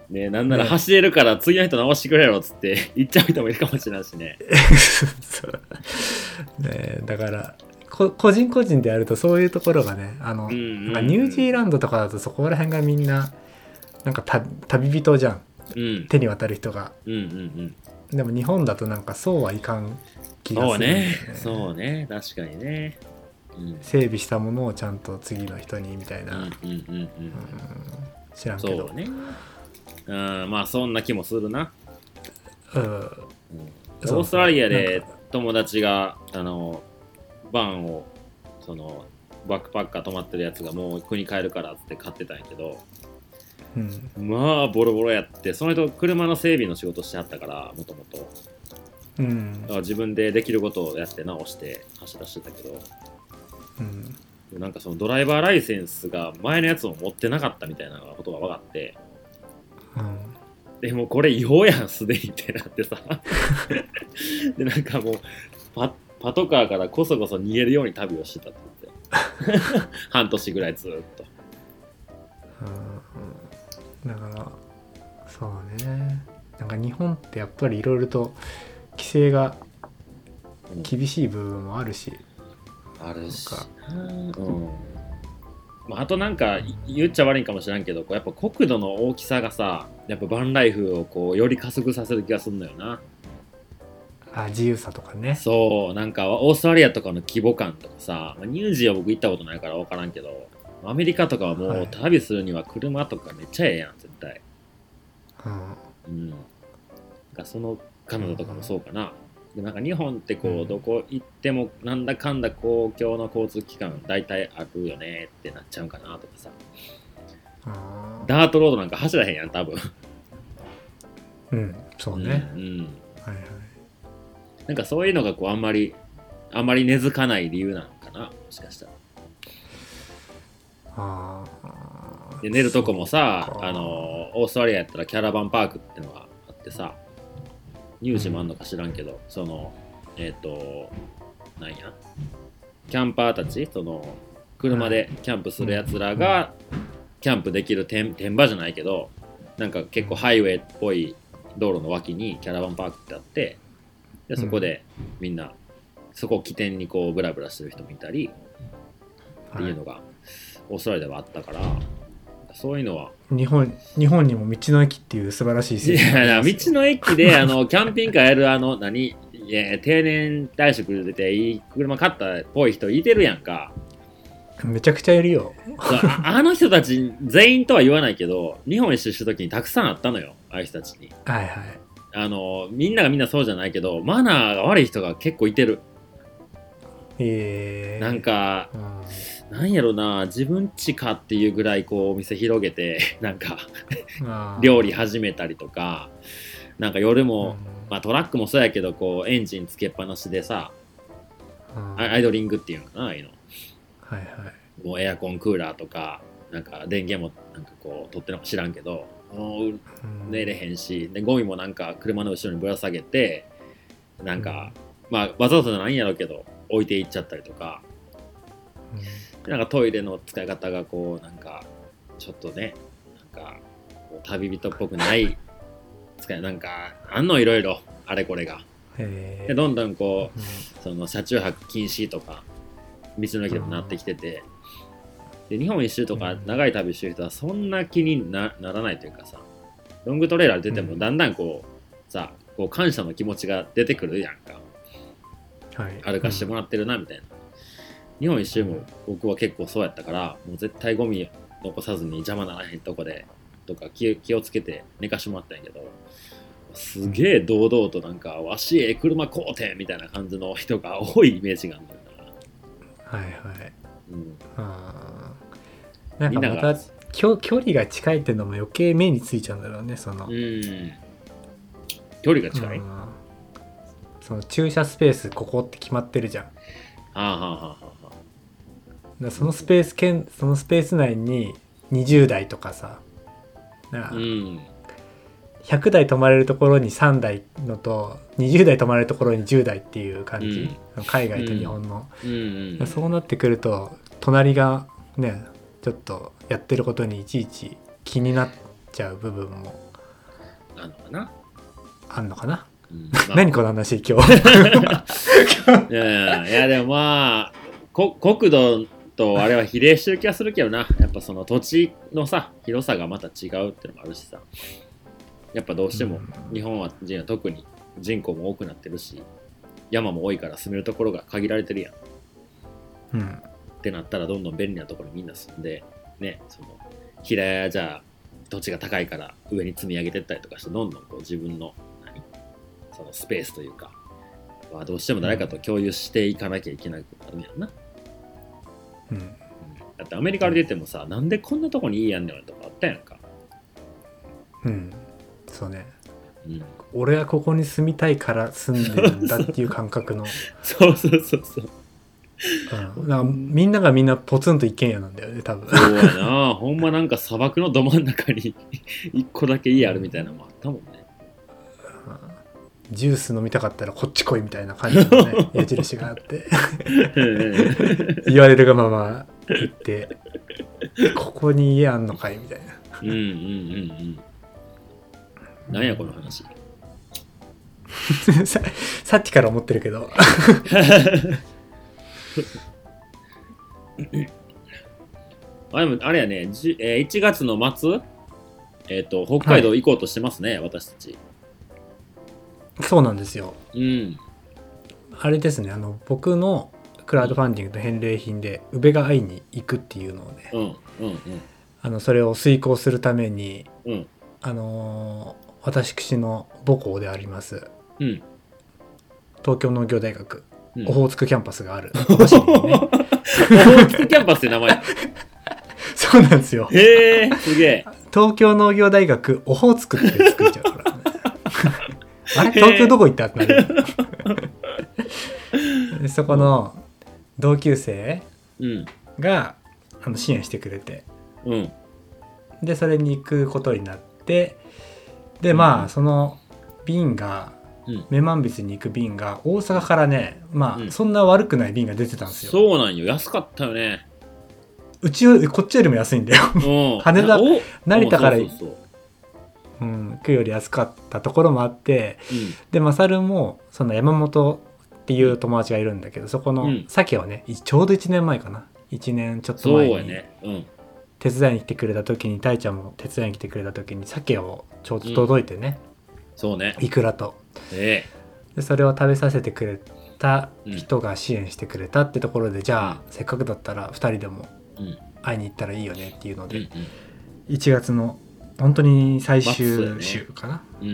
ね、なんなら走れるから次の人直してくれろっつって言っちゃう人もいるかもしれないしね。 そうね、だからこ個人個人でやるとそういうところがね、あの、うんうんうん、なんかニュージーランドとかだとそこら辺がみんななんか旅人じゃん、うん、手に渡る人が、うんうんうん、でも日本だとなんかそうはいかん気がするんだよね。 そうね、そうね、確かにね、 うん、整備したものをちゃんと次の人にみたいな、うんうんうんうん、知らんけどそうね、うん、まあそんな気もするな、うん、うん、オーストラリアで友達があのバンをそのバックパッカー泊まってるやつがもう国帰るからって買ってたんやけど、うん、まあボロボロやって、その人車の整備の仕事してはったからもともと自分でできることをやって直して走らせてたけど、うん、なんかそのドライバーライセンスが前のやつも持ってなかったみたいなことが分かって、うん、でもこれ違法やんすでにってなってさでなんかもう パ, パトカーからこそこそ逃げるように旅をしてたって言って半年ぐらいずっと、 うん、だからそうね、なんか日本ってやっぱりいろいろと規制が厳しい部分もあるし、 うん、あるし、うんまあ、あとなんか言っちゃ悪いかもしれんけど、こうやっぱ国土の大きさがさ、やっぱバンライフをこうより加速させる気がするんだよな。 あ、自由さとかね。 そう、なんかオーストラリアとかの規模感とかさ、ニュージーは僕行ったことないから分からんけど、アメリカとかはもう旅するには車とかめっちゃええやん絶対、うん、うん、がそのカナダとかもそうかな、でなんか日本ってこう、うん、どこ行ってもなんだかんだ公共の交通機関大体あるよねってなっちゃうかなとかさ、ダートロードなんか走らへんやん多分うんそうね、うん、うん、 はいはい、なんかそういうのがこうあんまりあんまり根付かない理由なのかな、もしかしたら。あで寝るとこもさ、あのオーストラリアやったらキャラバンパークってのがあってさ、ニュージーもあんのか知らんけど、うん、そのえっ、ー、となんやキャンパーたち、その車でキャンプするやつらがキャンプできる天場じゃないけど、なんか結構ハイウェイっぽい道路の脇にキャラバンパークってあって、でそこでみんなそこを起点にこうブラブラしてる人もいたりっていうのがオーストラリアではあったから、そういうのは日本日本にも道の駅っていう素晴らしい施設がありますよ。道の駅であのキャンピングカーやるあの何いや定年退職出ていい車買ったっぽい人いてるやんか。 めちゃくちゃいるよあ, あの人たち全員とは言わないけど日本一周した時にたくさんあったのよ、ああいう人たちに。 はいはい、 あのみんながみんなそうじゃないけどマナーが悪い人が結構いてる。えー、なんか、うん、なんやろな、自分ちかっていうぐらいこうお店広げてなんか料理始めたりとか、なんか夜も、うん、まあ、トラックもそうやけどこうエンジンつけっぱなしでさ、うん、アイドリングっていうのかな、ああいうの、はいはい、もうエアコンクーラーとかなんか電源もなんかこう取ってるのか知らんけどもう寝れへんし、でゴミもなんか車の後ろにぶら下げてなんか、うん、まあわざわざじゃないんやろうけど置いていっちゃったりとか、うん、なんかトイレの使い方がこうなんかちょっとねなんかこう旅人っぽくない使いなんかあんのいろいろあれこれがでどんどんこう、うん、その車中泊禁止とか道の駅でもなってきてて、で日本一周とか長い旅してる人はそんな気に な, ならないというかさ、ロングトレーラー出てもだんだんこうさこう感謝の気持ちが出てくるやんか、はい、歩かしてもらってるなみたいな、うん、日本一周も僕は結構そうやったから、もう絶対ゴミ残さずに邪魔ならへんとこでとか 気, 気をつけて寝かしてもらったんやけど、すげえ堂々となんかわしえ車買うてみたいな感じの人が多いイメージがあるんだよな。はいはい、うん、 あなんかまた距離が近いっていうのも余計目についちゃうんだろうね、その、うん、 距離が近い、うん、 その駐車スペースここって決まってるじゃん。 あーはーはーはーだそのスペース圏そのスペース内ににじゅうだいとかさ、な、うん、ひゃくだい止まれるところにさんだいのとにじゅうだい止まれるところにじゅうだいっていう感じ、うん、海外と日本の、うんうんうん、そうなってくると隣がねちょっとやってることにいちいち気になっちゃう部分もあんのかなあんのかな、 うんまあ、 何この話今日いやいやでもまあこ国土とあれは比例してる気がするけどな。やっぱその土地のさ広さがまた違うってのもあるしさ、やっぱどうしても日本は人は特に人口も多くなってるし山も多いから住めるところが限られてるやん、 うん、 ってなったらどんどん便利なところにみんな住んでね、その平屋じゃあ土地が高いから上に積み上げてったりとかしてどんどんこう自分の何そのスペースというかはどうしても誰かと共有していかなきゃいけなくなるんやんな、 うん、 だってアメリカで出てもさ、なんでこんなとこにいいやんねんとかあったやんか。 うんそうね、 うん、 俺はここに住みたいから住んでるんだっていう感覚のそうそうそうそう、 うん、なんかみんながみんなポツンと一軒家なんだよね多分。 そうやなほんまなんか砂漠のど真ん中に一個だけ家あるみたいなのもあったもんね。 ジュース飲みたかったらこっち来いみたいな感じのね矢印があって言われるがまま行ってここに家あんのかいみたいな。 うんうんうんうんなんやこの話さ, さっきから思ってるけどあでもあれやね、じえーいちがつの末、えーと、北海道行こうとしてますね、はい、私たち。 そうなんですよ。 うん。 あれですね、あの僕のクラウドファンディングと返礼品で宇部が会いに行くっていうのをね、 うんうんうん、 あのそれを遂行するために、 うん、 あのー、私の母校であります、 うん、 東京農業大学、 うん、 オホーツクキャンパスがある網走にねオホーツクキャンパスって名前そうなんですよ。 へえすげえ。 東京農業大学オホーツクって作っちゃうからねあれ東京どこ行ったってなるでそこの同級生が、うん、あの支援してくれて、 うん、 でそれに行くことになって、でまあ、うん、その便が、うん、女満別に行く便が大阪からね、まあ、うん、そんな悪くない便が出てたんですよ。 そうなんよ、安かったよね。 うちよりこっちよりも安いんだよ羽田成田から行くより安かったところもあって、うん、でマサルもその山本っていう友達がいるんだけど、そこの鮭をね、ちょうどいちねんまえかないちねんちょっと前に手伝いに来てくれた時に、たいちゃんも手伝いに来てくれた時に鮭をちょうど届いてね、 うん、そうね、 イクラと、 えー、でそれを食べさせてくれた人が支援してくれたってところで、うん、じゃあせっかくだったらふたりでも会いに行ったらいいよねっていうので、うんうん、いちがつの本当に最終週かな、ね、うんうん、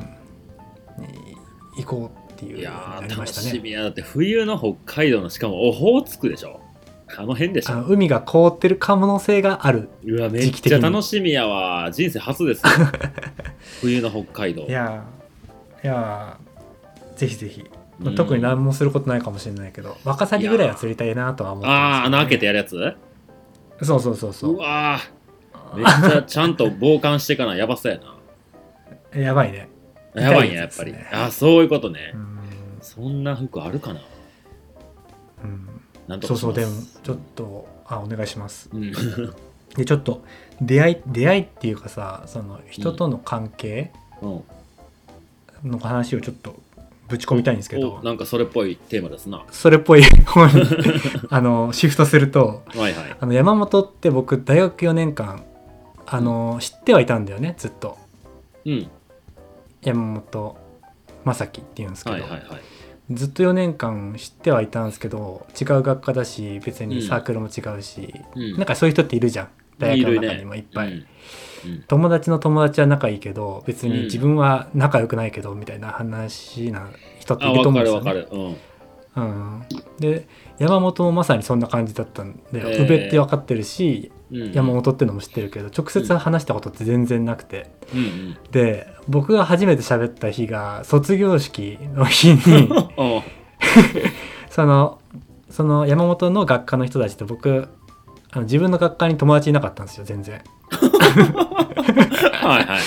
に行こうっていうのになりましたね。 いやー楽しみや。だって冬の北海道のしかもオホーツクでしょ、あの辺でしょ、 あの海が凍ってる可能性がある。 うわめっちゃ楽しみやわ、人生初ですよ冬の北海道。 いやいやぜひぜひ、まあ、特に何もすることないかもしれないけど、ワカサギぐらいは釣りたいなとは思ってます、ね、 ああ穴開けてやるやつ。 そうそうそうそう。 うわめっちゃちゃんと防寒してかなやばそうやなやばいね。 やばいんややっぱり、ね、あそういうことね。うんそんな服あるかな、 うん、なんとかそうそう。でもちょっとあお願いします、うん、でちょっと出会い出会いっていうかさ、その人との関係の話をちょっとぶち込みたいんですけど、 なんかそれっぽいテーマですな。 それっぽい方にあのシフトすると、はいはい、あの山本って僕大学よねんかんあの、うん、知ってはいたんだよねずっと、うん、山本正樹っていうんですけど、はいはいはい、ずっとよねんかん知ってはいたんですけど、違う学科だし別にサークルも違うし、うん、なんかそういう人っているじゃん大学の中にもいっぱい、ねうんうん、友達の友達は仲いいけど別に自分は仲良くないけどみたいな話な人っていると思うんですよね。あ、分かる分かる、うんうん、で山本もまさにそんな感じだったんで、えー、宇部って分かってるし、うんうん、山本ってのも知ってるけど直接話したことって全然なくて、うんうん、で僕が初めて喋った日が卒業式の日にそのその山本の学科の人たちと僕あの自分の学科に友達いなかったんですよ全然はいはいはい、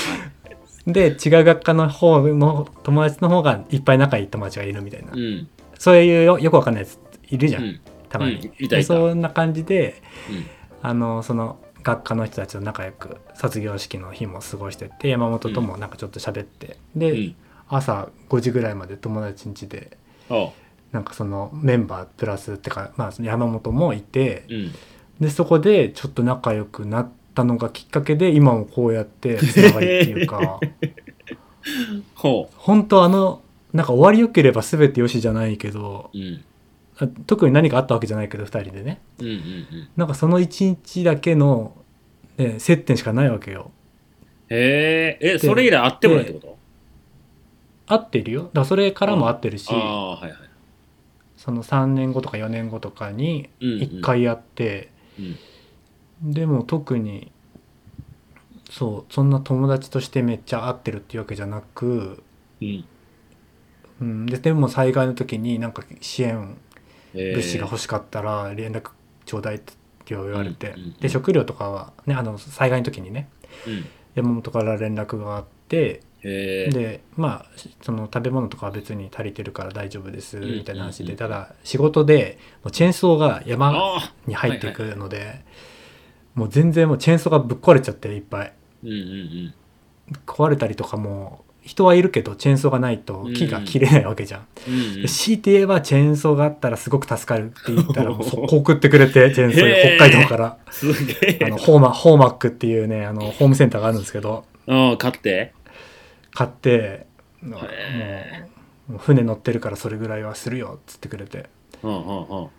で違う学科の方の友達の方がいっぱい仲いい友達がいるみたいな、うん、そういう よ, よくわかんないやついるじゃん、うん、たまに、うん、いたいた。そんな感じで、うん、あのその学科の人たちと仲良く卒業式の日も過ごしてて、山本ともなんかちょっと喋って、うん、で、うん、朝ごじぐらいまで友達ん家で、なんかそのメンバープラスってか、まあ、山本もいて、うん、でそこでちょっと仲良くなったのがきっかけで今もこうやってつながりっていうかほう本当あのなんか終わりよければ全てよしじゃないけど、うん、特に何かあったわけじゃないけどふたりでね、うんうんうん、なんかそのいちにちだけの、ね、接点しかないわけよ。 へえ、それ以来会ってもないってこと？ 会ってるよ。だからそれからも会ってるし、 ああ、はいはい、 そのさんねんごとかよねんごとかにいっかい会って、うんうん、でも特にそうそんな友達としてめっちゃ会ってるっていうわけじゃなく、うんうん、で, でも災害の時になんか支援物資が欲しかったら連絡ちょうだいって言われて、うんうんうん、で食料とかはねあの災害の時にね、うん、山本から連絡があって、でまあその食べ物とかは別に足りてるから大丈夫ですみたいな話で、うんうんうん、ただ仕事でもうチェーンソーが山に入っていくので、はいはい、もう全然もうチェーンソーがぶっ壊れちゃっていっぱい、うんうんうん、壊れたりとかも人はいるけどチェーンソーがないと木が切れないわけじゃん、うんうん、強いて言えばチェーンソーがあったらすごく助かるって言ったらもう速攻送ってくれてチェーンソー北海道からすげえあのホーマホーマックっていうねあのホームセンターがあるんですけど、 あ買って買ってもう、もう船乗ってるからそれぐらいはするよっつってくれて、うんうんうん、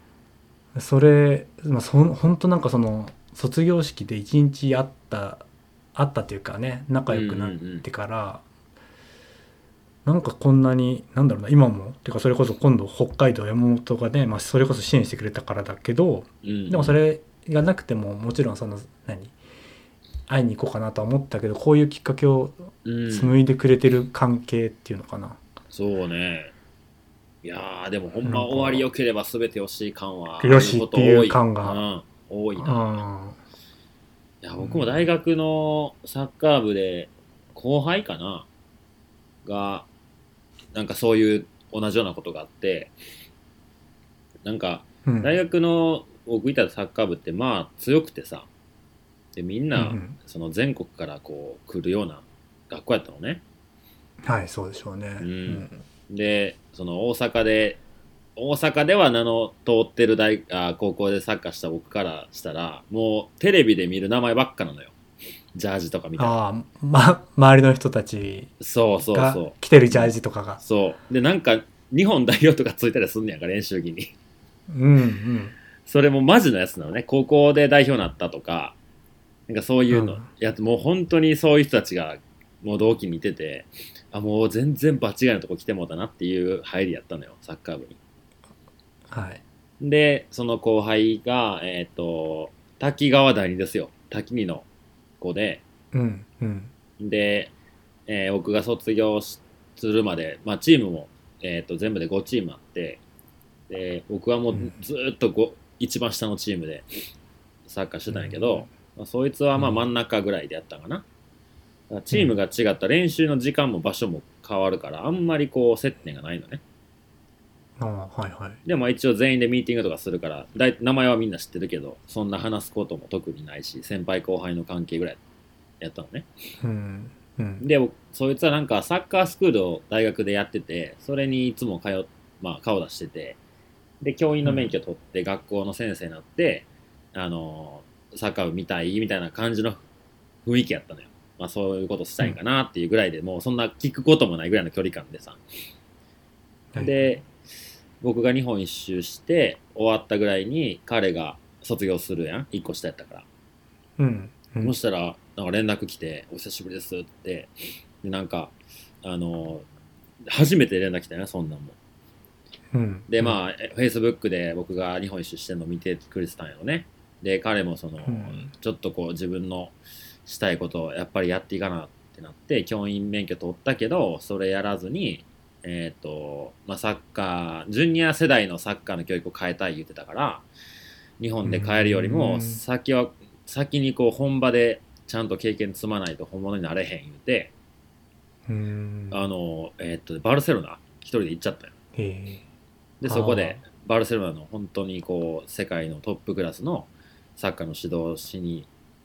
それ、まあ、そほんとなんかその卒業式で一日会った会ったっていうかね仲良くなってから、うんうんうん、なんかこんなになんだろうな今もてかそれこそ今度北海道山本がね、まあ、それこそ支援してくれたからだけど、うんうん、でもそれがなくてももちろんその何会いに行こうかなとは思ったけどこういうきっかけを紡いでくれてる関係っていうのかな、うん、 そうね。いやーでもほんま終わりよければ全てよし感はよしっていう感が、 うん、多いな、うん、いや僕も大学のサッカー部で後輩かながなんかそういう同じようなことがあって、なんか大学の僕いたサッカー部ってまあ強くてさ、でみんなその全国からこう来るような学校やったのね。 はいそうでしょうね、 うん、でその大阪で大阪では名の通ってる大あ高校でサッカーした僕からしたらもうテレビで見る名前ばっかなのよ。ジャージとか見たらあ、ま、周りの人たちが着てるジャージとかがそうでなんか日本代表とかついたりすんねやんか練習着にうん、うん、 それもマジのやつなのね。高校で代表になったとかなんかそういうの、うん、やもう本当にそういう人たちがもう同期見ててあもう全然場違いのとこ来てもうたなっていう入りやったのよサッカー部に。 はいでその後輩がえっ、ー、と滝川第二ですよ。滝二の子で、 うんうん、 で、えー、僕が卒業するまで、まあ、チームも、えー、と全部でごチームあってで僕はもうずっとご、うん、一番下のチームでサッカーしてたんやけど、うんまあ、そいつはまあ真ん中ぐらいでやったかな。だからチームが違った練習の時間も場所も変わるからあんまりこう接点がないのね。 あはいはい、 でも一応全員でミーティングとかするからだい名前はみんな知ってるけどそんな話すことも特にないし先輩後輩の関係ぐらいやったのね、 うんうん、 でそいつはなんかサッカースクールを大学でやっててそれにいつも通っ、まあ、顔出しててで教員の免許取って学校の先生になって、うん、あのサッカー部見たいみたいな感じの雰囲気やったのよ。まあ、そういうことしたいかなっていうぐらいで、うん、もうそんな聞くこともないぐらいの距離感でさ、はい、で僕が日本一周して終わったぐらいに彼が卒業するやんいっこ下やったから、 うんうん、 そしたらなんか連絡来てお久しぶりですってでなんかあの初めて連絡来たよねそんなんも、 うん、 でまあ、うん、Facebook で僕が日本一周してるのを見てくれてたんやろね。で彼もその、うん、ちょっとこう自分のしたいことをやっぱりやっていかなってなって教員免許取ったけどそれやらずにえーとまあ、サッカージュニア世代のサッカーの教育を変えたい言ってたから日本で変えるよりも先は先にこう本場でちゃんと経験積まないと本物になれへん言うてうんあの、えー、とバルセロナ一人で行っちゃったよ。 へでそこでバルセロナの本当にこう世界のトップクラスのサッカーの指導しに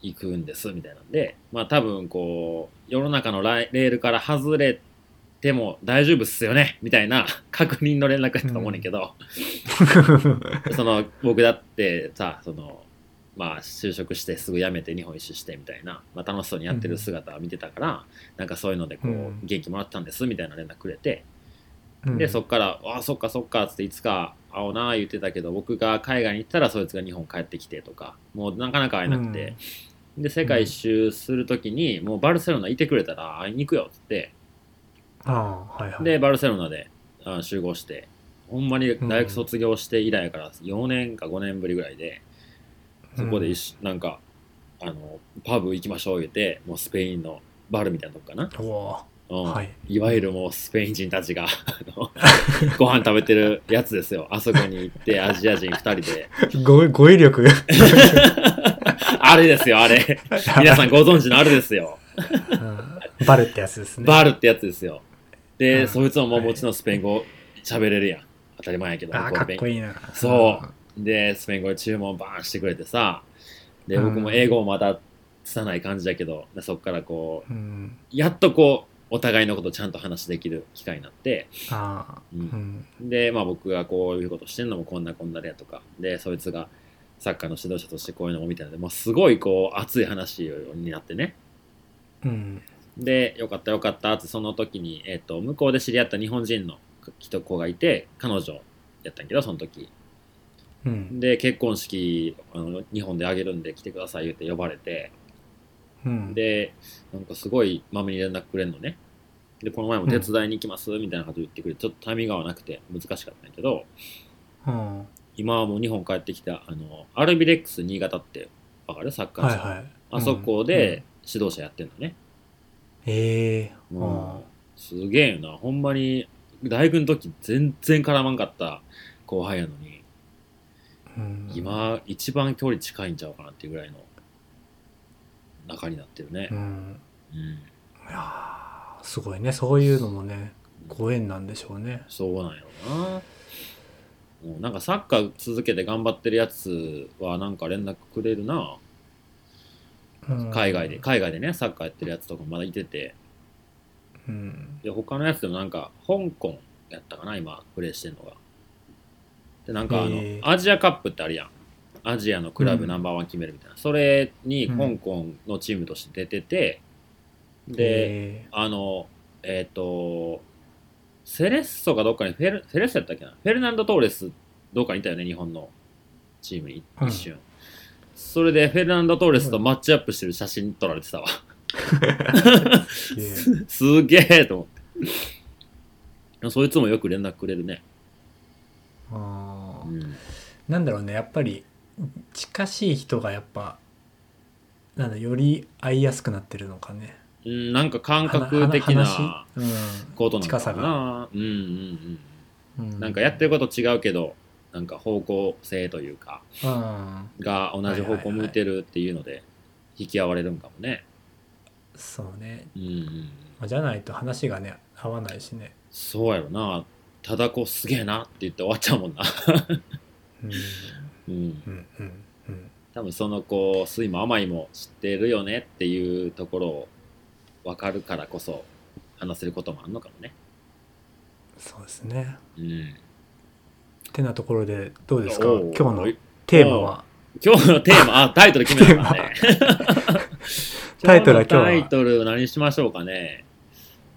行くんですみたいなんで、まあ多分こう世の中のレールから外れても大丈夫っすよねみたいな確認の連絡やったと思うねんけど、うん、その僕だってさ、そのまあ就職してすぐ辞めて日本一周してみたいな、まあ、楽しそうにやってる姿を見てたから、うん、なんかそういうのでこう、うん、元気もらったんですみたいな連絡くれて、うん、でそっからあそっかそっかっつっていつか会おうな言ってたけど、僕が海外に行ったらそいつが日本帰ってきてとかもうなかなか会えなくて、うん、で世界一周するときにもうバルセロナいてくれたら会いに行くよっつって、あ、はいはい、でバルセロナであ集合して、ほんまに大学卒業して以来からよねんかごねんぶりぐらいで、そこで一、うん、なんかあのパブ行きましょう言って、もうスペインのバルみたいなとこかな、うん、はい、いわゆるもうスペイン人たちがご飯食べてるやつですよ。あそこに行ってアジア人ふたりで語語彙力あれですよ、あれ皆さんご存知のあれですよ、 うん、バルってやつですね。 バルってやつですよ。で、うん、そいつももうもちろんスペイン語喋れるやん、当たり前やけど。 あ、かっこいいな。 そうでスペイン語で注文バーンしてくれてさ、で僕も英語もまだ拙い感じだけど、そっからこう、うん、やっとこうお互いのことをちゃんと話できる機会になって、あ、うんうん、で、まあ、僕がこういうことしてんのもこんなこんなでやとかで、そいつがサッカーの指導者としてこういうのもみたいなので、もうすごいこう熱い話になってね、うん、でよかったよかったってその時に、えー、と向こうで知り合った日本人の人子がいて、彼女やったんやけどその時、うん、で結婚式あの日本であげるんで来てください言って呼ばれて、うん、でなんかすごいまめに連絡くれんのね。でこの前も手伝いに行きます、うん、みたいなこと言ってくれて、ちょっとタイミング合わなくて難しかったんやけど、うん、今はもう日本帰ってきたあのアルビレックス新潟ってわかる？サッカー場、はいはい、あそこで指導者やってんのね。へえー、うん、すげえよな、ほんまに大学の時全然絡まんかった後輩やのに、うん、今一番距離近いんちゃうかなっていうぐらいの仲になってるね。うん、うん、 いやすごいね、そういうのもねご縁なんでしょうね。 そうなんやろな。もうなんかサッカー続けて頑張ってるやつはなんか連絡くれるな、うん、海外で海外でねサッカーやってるやつとかまだいてて、うん、で他のやつでもなんか香港やったかな今プレーしてんのが。でなんかあのアジアカップってあるやん、アジアのクラブナンバーワン決めるみたいな、うん、それに香港のチームとして出てて、うん、であのえっ、ー、とセレッソかどっかにフェルフェレッソやったっけな、フェルナンド・トーレスどっかにいたよね日本のチームに一瞬、うん、それでフェルナンド・トーレスとマッチアップしてる写真撮られてたわすげえと思ってそいつもよく連絡くれるね。 あ、うん、なんだろうね、やっぱり近しい人がやっぱなんだより会いやすくなってるのかね。 うん、なんか感覚的なことなのかな、うんうんうん、なんかやってること違うけどなんか方向性というか、うん、が同じ方向向いてるっていうので引き合われるんかもね、はいはいはい、 そうね、うんうんまあ、じゃないと話がね合わないしね。 そうやろな、ただこうすげえなって言って終わっちゃうもんなうん、うんうんうんうん、多分そのこう酸いも甘いも知ってるよねっていうところを分かるからこそ話せることもあるのかもね。 そうですね、うん、ってなところでどうですか今日のテーマは。 今日のテーマあタイトル決めたからねタイトルは今日はタイトル何しましょうかね。うん、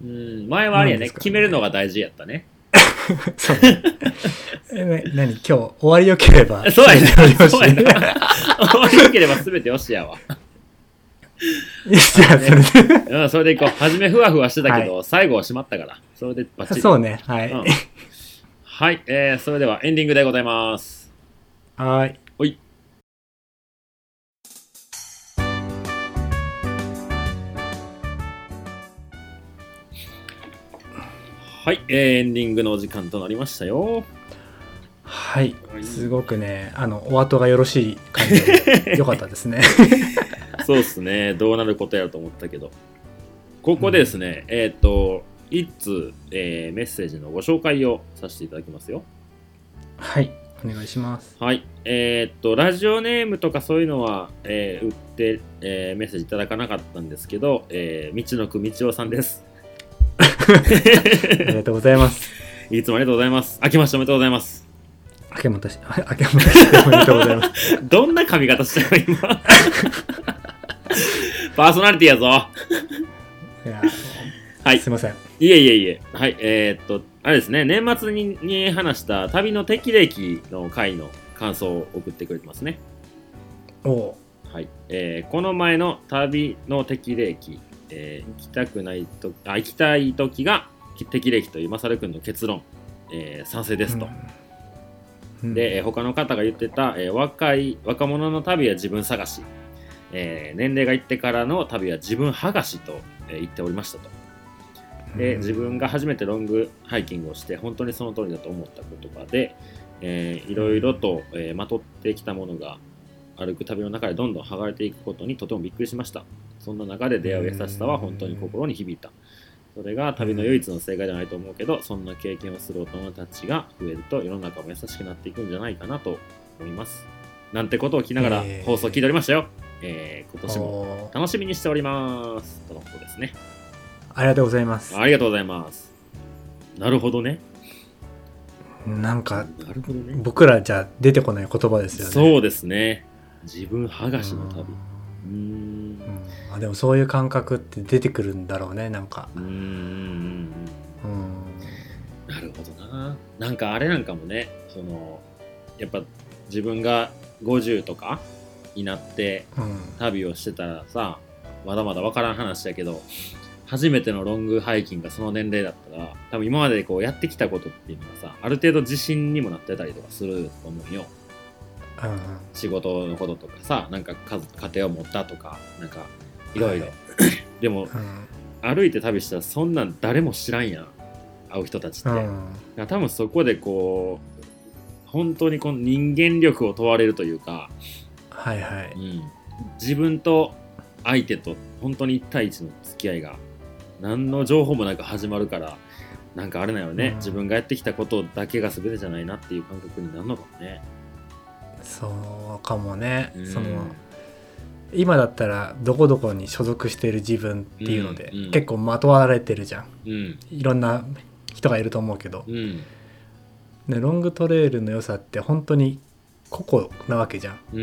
前はあれやね、決めるのが大事やったねそうえ何今日終わりよければそうやねそうやな終わりよければ全てよしやわいやじゃあそれで、うん、それでいこう。初めふわふわしてたけど、はい、最後は閉まったからそれでバッチリ。 そうね、はい、うん、 はい、えー、それではエンディングでございます。 はいおいはい、えー、エンディングのお時間となりましたよ。 はい、すごくねあのお後がよろしい感じでよかったですねそうですね、どうなることやと思ったけど、ここでですね、うん、えっ、ー、と一通、えー、メッセージのご紹介をさせていただきますよ。 はい、 お願いします。 はい。えー、っと、ラジオネームとかそういうのは、えー、打って、えー、メッセージいただかなかったんですけど、えー、道のくみちおさんです。 ありがとうございます。 いつもありがとうございます。明けましておめでとうございます。 明けまして、明けましておめでとうございます。 どんな髪型したの今。パーソナリティやぞ。 いや、 はい。 すいません。 いえいえいえ。はい。えー、っと、あれですね、年末にに話した旅の適齢期の回の感想を送ってくれてますね。 おお。 はい。えー、この前の旅の適齢期、えー、行きたくないとあ行きたい時が適齢期というマサル君の結論、えー、賛成ですと。うん、で、他の方が言ってた、えー、若い若者の旅は自分探し、えー、年齢がいってからの旅は自分剥がしと、えー、言っておりましたと。で、自分が初めてロングハイキングをして本当にその通りだと思った言葉で、えー、いろいろと、えー、まとってきたものが歩く旅の中でどんどん剥がれていくことにとてもびっくりしました。そんな中で出会う優しさは本当に心に響いた。それが旅の唯一の正解じゃないと思うけど、そんな経験をする大人たちが増えると世の中も優しくなっていくんじゃないかなと思います。なんてことを聞きながら放送聞いておりましたよ。えー、今年も楽しみにしております。とのことですね。 ありがとうございます。 ありがとうございます。なるほどね。 なんか、 なるほどね、 僕らじゃ出てこない言葉ですよね。 そうですね。自分剥がしの旅。うーん。うん、 あ、でもそういう感覚って出てくるんだろうね、なんか。 うーん。うん。なるほどな。なんかあれなんかもね、そのやっぱ自分がごじゅうとかになって旅をしてたらさ、うん、まだまだ分からん話だけど、初めてのロングハイキングがその年齢だったら、多分今までこうやってきたことっていうのがさ、ある程度自信にもなってたりとかすると思うよ。うんうん、仕事のこととかさ、なんか家庭を持ったとか、なんかいろいろ。でも、うん、歩いて旅したらそんなん誰も知らんやん、会う人たちって。うん、多分そこでこう、本当にこの人間力を問われるというか、 はいはい。 うん、自分と相手と本当に一対一の付き合いが何の情報もなく始まるから、なんかあれだよね、うん、自分がやってきたことだけが全てじゃないなっていう感覚になるのかもね。 そうかもね、うん、その今だったらどこどこに所属している自分っていうので、うんうん、結構まとわれてるじゃん、うん、いろんな人がいると思うけど、うん、でロングトレイルの良さって本当に個々なわけじゃん、うんうん、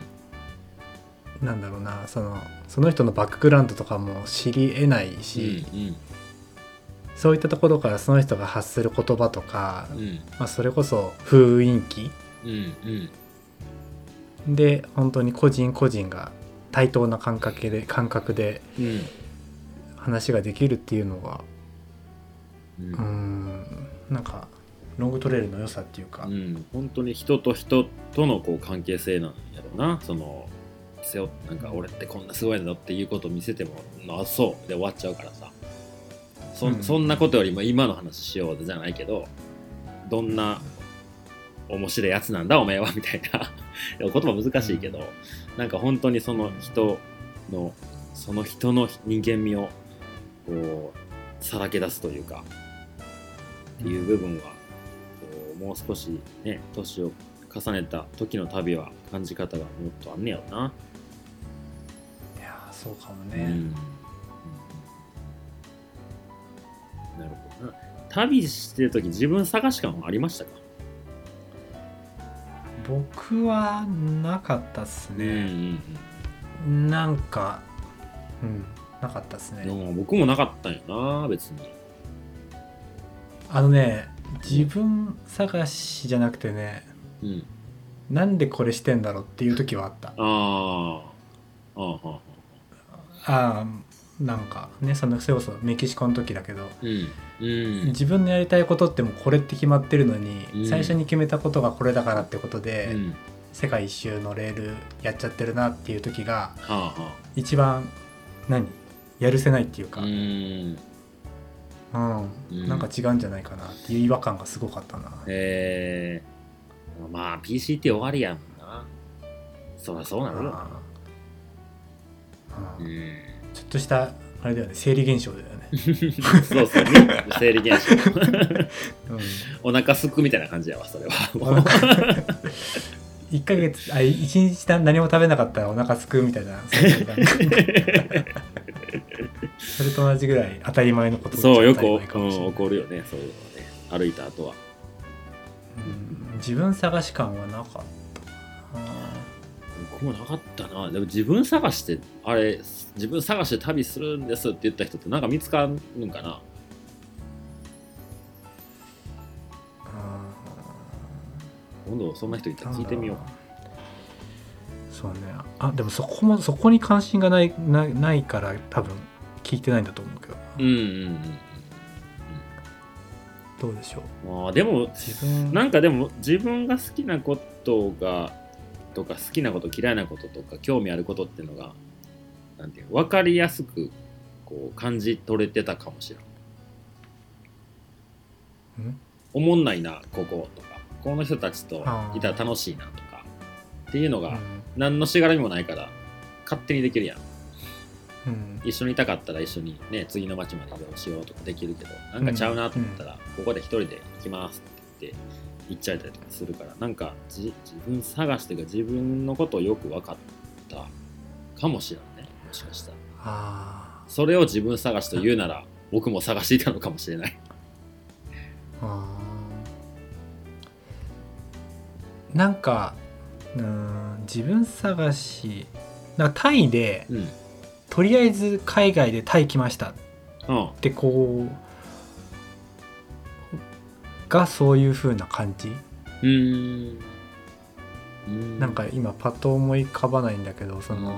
なんだろうな、その、その人のバックグラウンドとかも知り得ないし、うんうん、そういったところからその人が発する言葉とか、うんまあ、それこそ雰囲気、うんうん、で本当に個人個人が対等な感覚で感覚で話ができるっていうのが、うん、うーんなんかロングトレイルの良さっていうか、うん、 本当に人と人とのこう関係性なんやろうな。その背負なんか俺ってこんなすごいのっていうことを見せてもあそうで終わっちゃうからさ、 そ,、うん、そんなことよりも今の話しようじゃないけど、どんな面白いやつなんだお前はみたいな言葉難しいけど、うん、なんか本当にその人のその人の人間味をこうさらけ出すというかっていう部分は、こうもう少しね年を重ねた時の旅は感じ方がもっとあんねやろな。 いやそうかもね、うんうん、 なるほどな。旅してる時自分探し感はありましたか？ 僕はなかったっすね、うんうん、なんかうんなかったっすね。 僕もなかったんよな別に。 あのね自分探しじゃなくてね、うん、なんでこれしてんだろうっていう時はあった。ああああなんかねそのそれこそメキシコの時だけど、うんうん、自分のやりたいことってもうこれって決まってるのに、うん、最初に決めたことがこれだからってことで、うん、世界一周のレールやっちゃってるなっていう時が、はあはあ、一番何やるせないっていうか、うんうん、なんか違うんじゃないかなっていう違和感がすごかったな。 へえー、まあ ピーシーティー 終わりやもんな。そりゃそうなるよな。 うん、ちょっとしたあれだよね、生理現象だよね。 そうそうね、生理現象、 うん、 お腹すくみたいな感じやわそれは。 いっかげつあいちにち何も食べなかったらお腹すくみたいなそれと同じぐらい当たり前のこと。 そうよく、うん、起こるよね、そういうのね、歩いた後は。 うん、自分探し感はなかった。 僕もなかったな。でも自分探してあれ自分探して旅するんですって言った人ってなんか見つかるんかな。今度そんな人いたら聞いてみよう。 そうね。あ、でもそこもそこに関心がないな、ないから多分聞いてないんだと思うけど。うんうんうん、うん、どうでしょう。 まあでも自分なんかでも自分が好きなことがとか好きなこと嫌いなこととか興味あることっていうのがなんていう分かりやすくこう感じ取れてたかもしれない。んおもんないなこことかこの人たちといたら楽しいなとかっていうのが何のしがらみもないから勝手にできるやん、うん、一緒にいたかったら一緒にね次の町まで移動しようとかできるけどなんかちゃうなと思ったら、うん、ここで一人で行きますって言って行っちゃえたりとかするからなんか自分探しというか自分のことをよく分かったかもしれないね。もしかしたらあそれを自分探しと言うなら僕も探していたのかもしれない。 あなんかうーん自分探しなんかタイで、うん、とりあえず海外でタイ来ましたってこうがそういう風な感じ。うーんなんか今パッと思い浮かばないんだけどその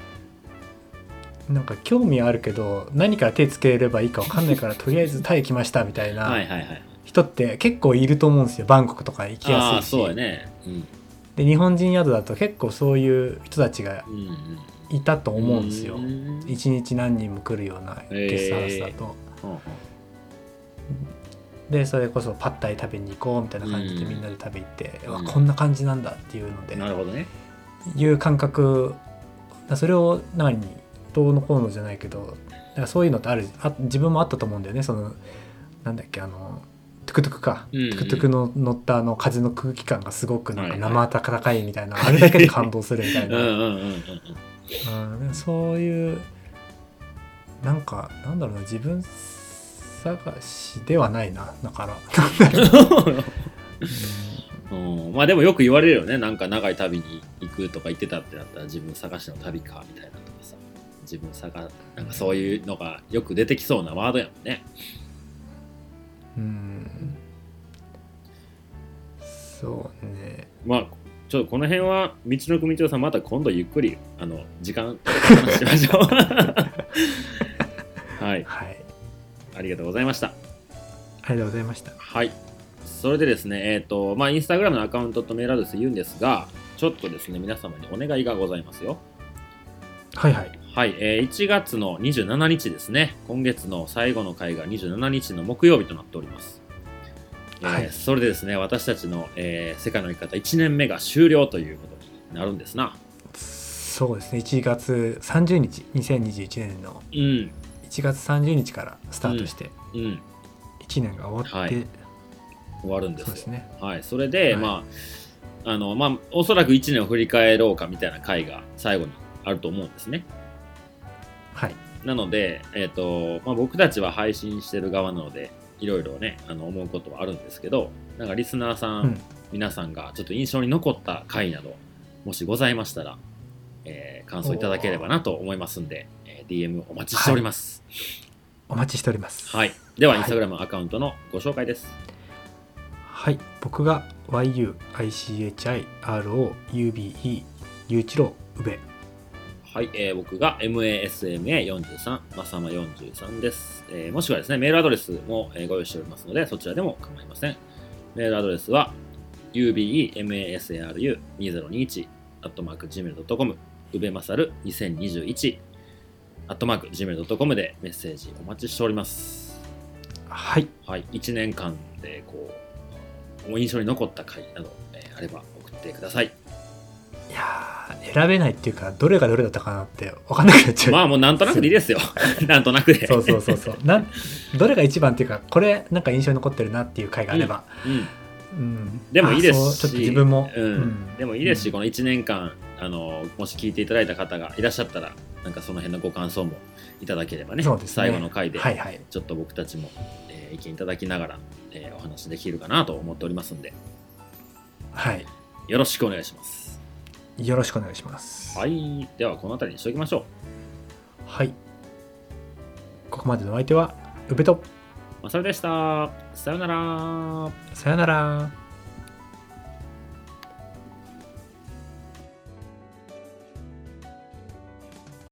なんか興味あるけど何から手つければいいか分かんないからとりあえずタイ来ましたみたいな人って結構いると思うんですよ。バンコクとか行きやすいし。 そうやね、うん、で日本人宿だと結構そういう人たちがいたと思うんですよ。一日何人も来るようなゲストハウスだと、えーでそれこそパッタイ食べに行こうみたいな感じでみんなで食べ行って、うん、こんな感じなんだっていうので、 なるほどね、 いう感覚それを何どうのこうのじゃないけどそういうのってあるあ自分もあったと思うんだよね。そのなんだっけあのトゥクトゥクか、うんうん、トゥクトゥクの乗ったあの風の空気感がすごくなんか生温かいみたいな、はいはい、あれだけで感動するみたいなそういうなんかなんだろうな自分探しではないなだからうん、まあでもよく言われるよね。なんか長い旅に行くとか言ってたってなったら自分探しの旅かみたいなとかさ自分探なんかそういうのがよく出てきそうなワードやもんね。 うんそうね。 まあちょっとこの辺は道のくみちおさんまた今度ゆっくりあの時間話しましょうはい、はい、ありがとうございました。 ありがとうございました。 はい、それでですねえっ、ー、とまあインスタグラムのアカウントとメールアドレス言うんですがちょっとですね皆様にお願いがございますよ。 はいはいはい、えー、いちがつのにじゅうしちにちですね。今月の最後の回がにじゅうしちにちの木曜日となっております。はい、えー、それでですね私たちの、えー、世界の生き方いちねんめが終了ということになるんですな。 そうですね。いちがつさんじゅうにちにせんにじゅういちねんのいちがつさんじゅうにちからスタートして、うんうん、いちねんが終わって、はい、 終わるんですよ。 そうですね。 はい、それで、はい、まああのまあおそらくいちねんを振り返ろうかみたいな回が最後にあると思うんですね。 はい。 なので、えーとまあ、僕たちは配信してる側なのでいろいろねあの思うことはあるんですけどなんかリスナーさん、うん、皆さんがちょっと印象に残った回などもしございましたら、えー、感想いただければなと思いますんで、えー、ディーエム お待ちしております。 はい、お待ちしております。 はい。では、はい、インスタグラムアカウントのご紹介です。 はい。僕が ワイユーアイシーエイチアイアールオーユービーイー ゆういちろう宇部。 はい、えー、僕が エムエーエスエムエーよんじゅうさん まさまよんじゅうさんです、えー、もしくはですねメールアドレスもご用意しておりますのでそちらでも構いません。メールアドレスは ユービーイーエムエーエスエーアールユーにせんにじゅういち アットマーク ジーメールドットコム 宇部まさるにせんにじゅういち アットマーク ジーメールドットコム でメッセージお待ちしております。 はい、 はい、いちねんかんでこう印象に残った回など、えー、あれば送ってください。 いやー選べないっていうかどれがどれだったかなって分かんなくなっちゃう。 まあもうなんとなくでいいですよなんとなくでそうそうそうそうなんどれが一番っていうかこれなんか印象に残ってるなっていう回があれば、 うんうんうん、 でもいいですし、 ちょっと自分も、 うんうん、 でもいいですし、 うん、 このいちねんかんあのもし聞いていただいた方がいらっしゃったらなんかその辺のご感想もいただければ ね, ね最後の回でちょっと僕たちも、えー、意見いただきながら、えー、お話できるかなと思っておりますんで、 はい、 よろしくお願いします。 よろしくお願いします。 はい、ではこの辺りにしておきましょう。 はい、ここまでのお相手は宇部とまさるでした。さよなら。 さよなら。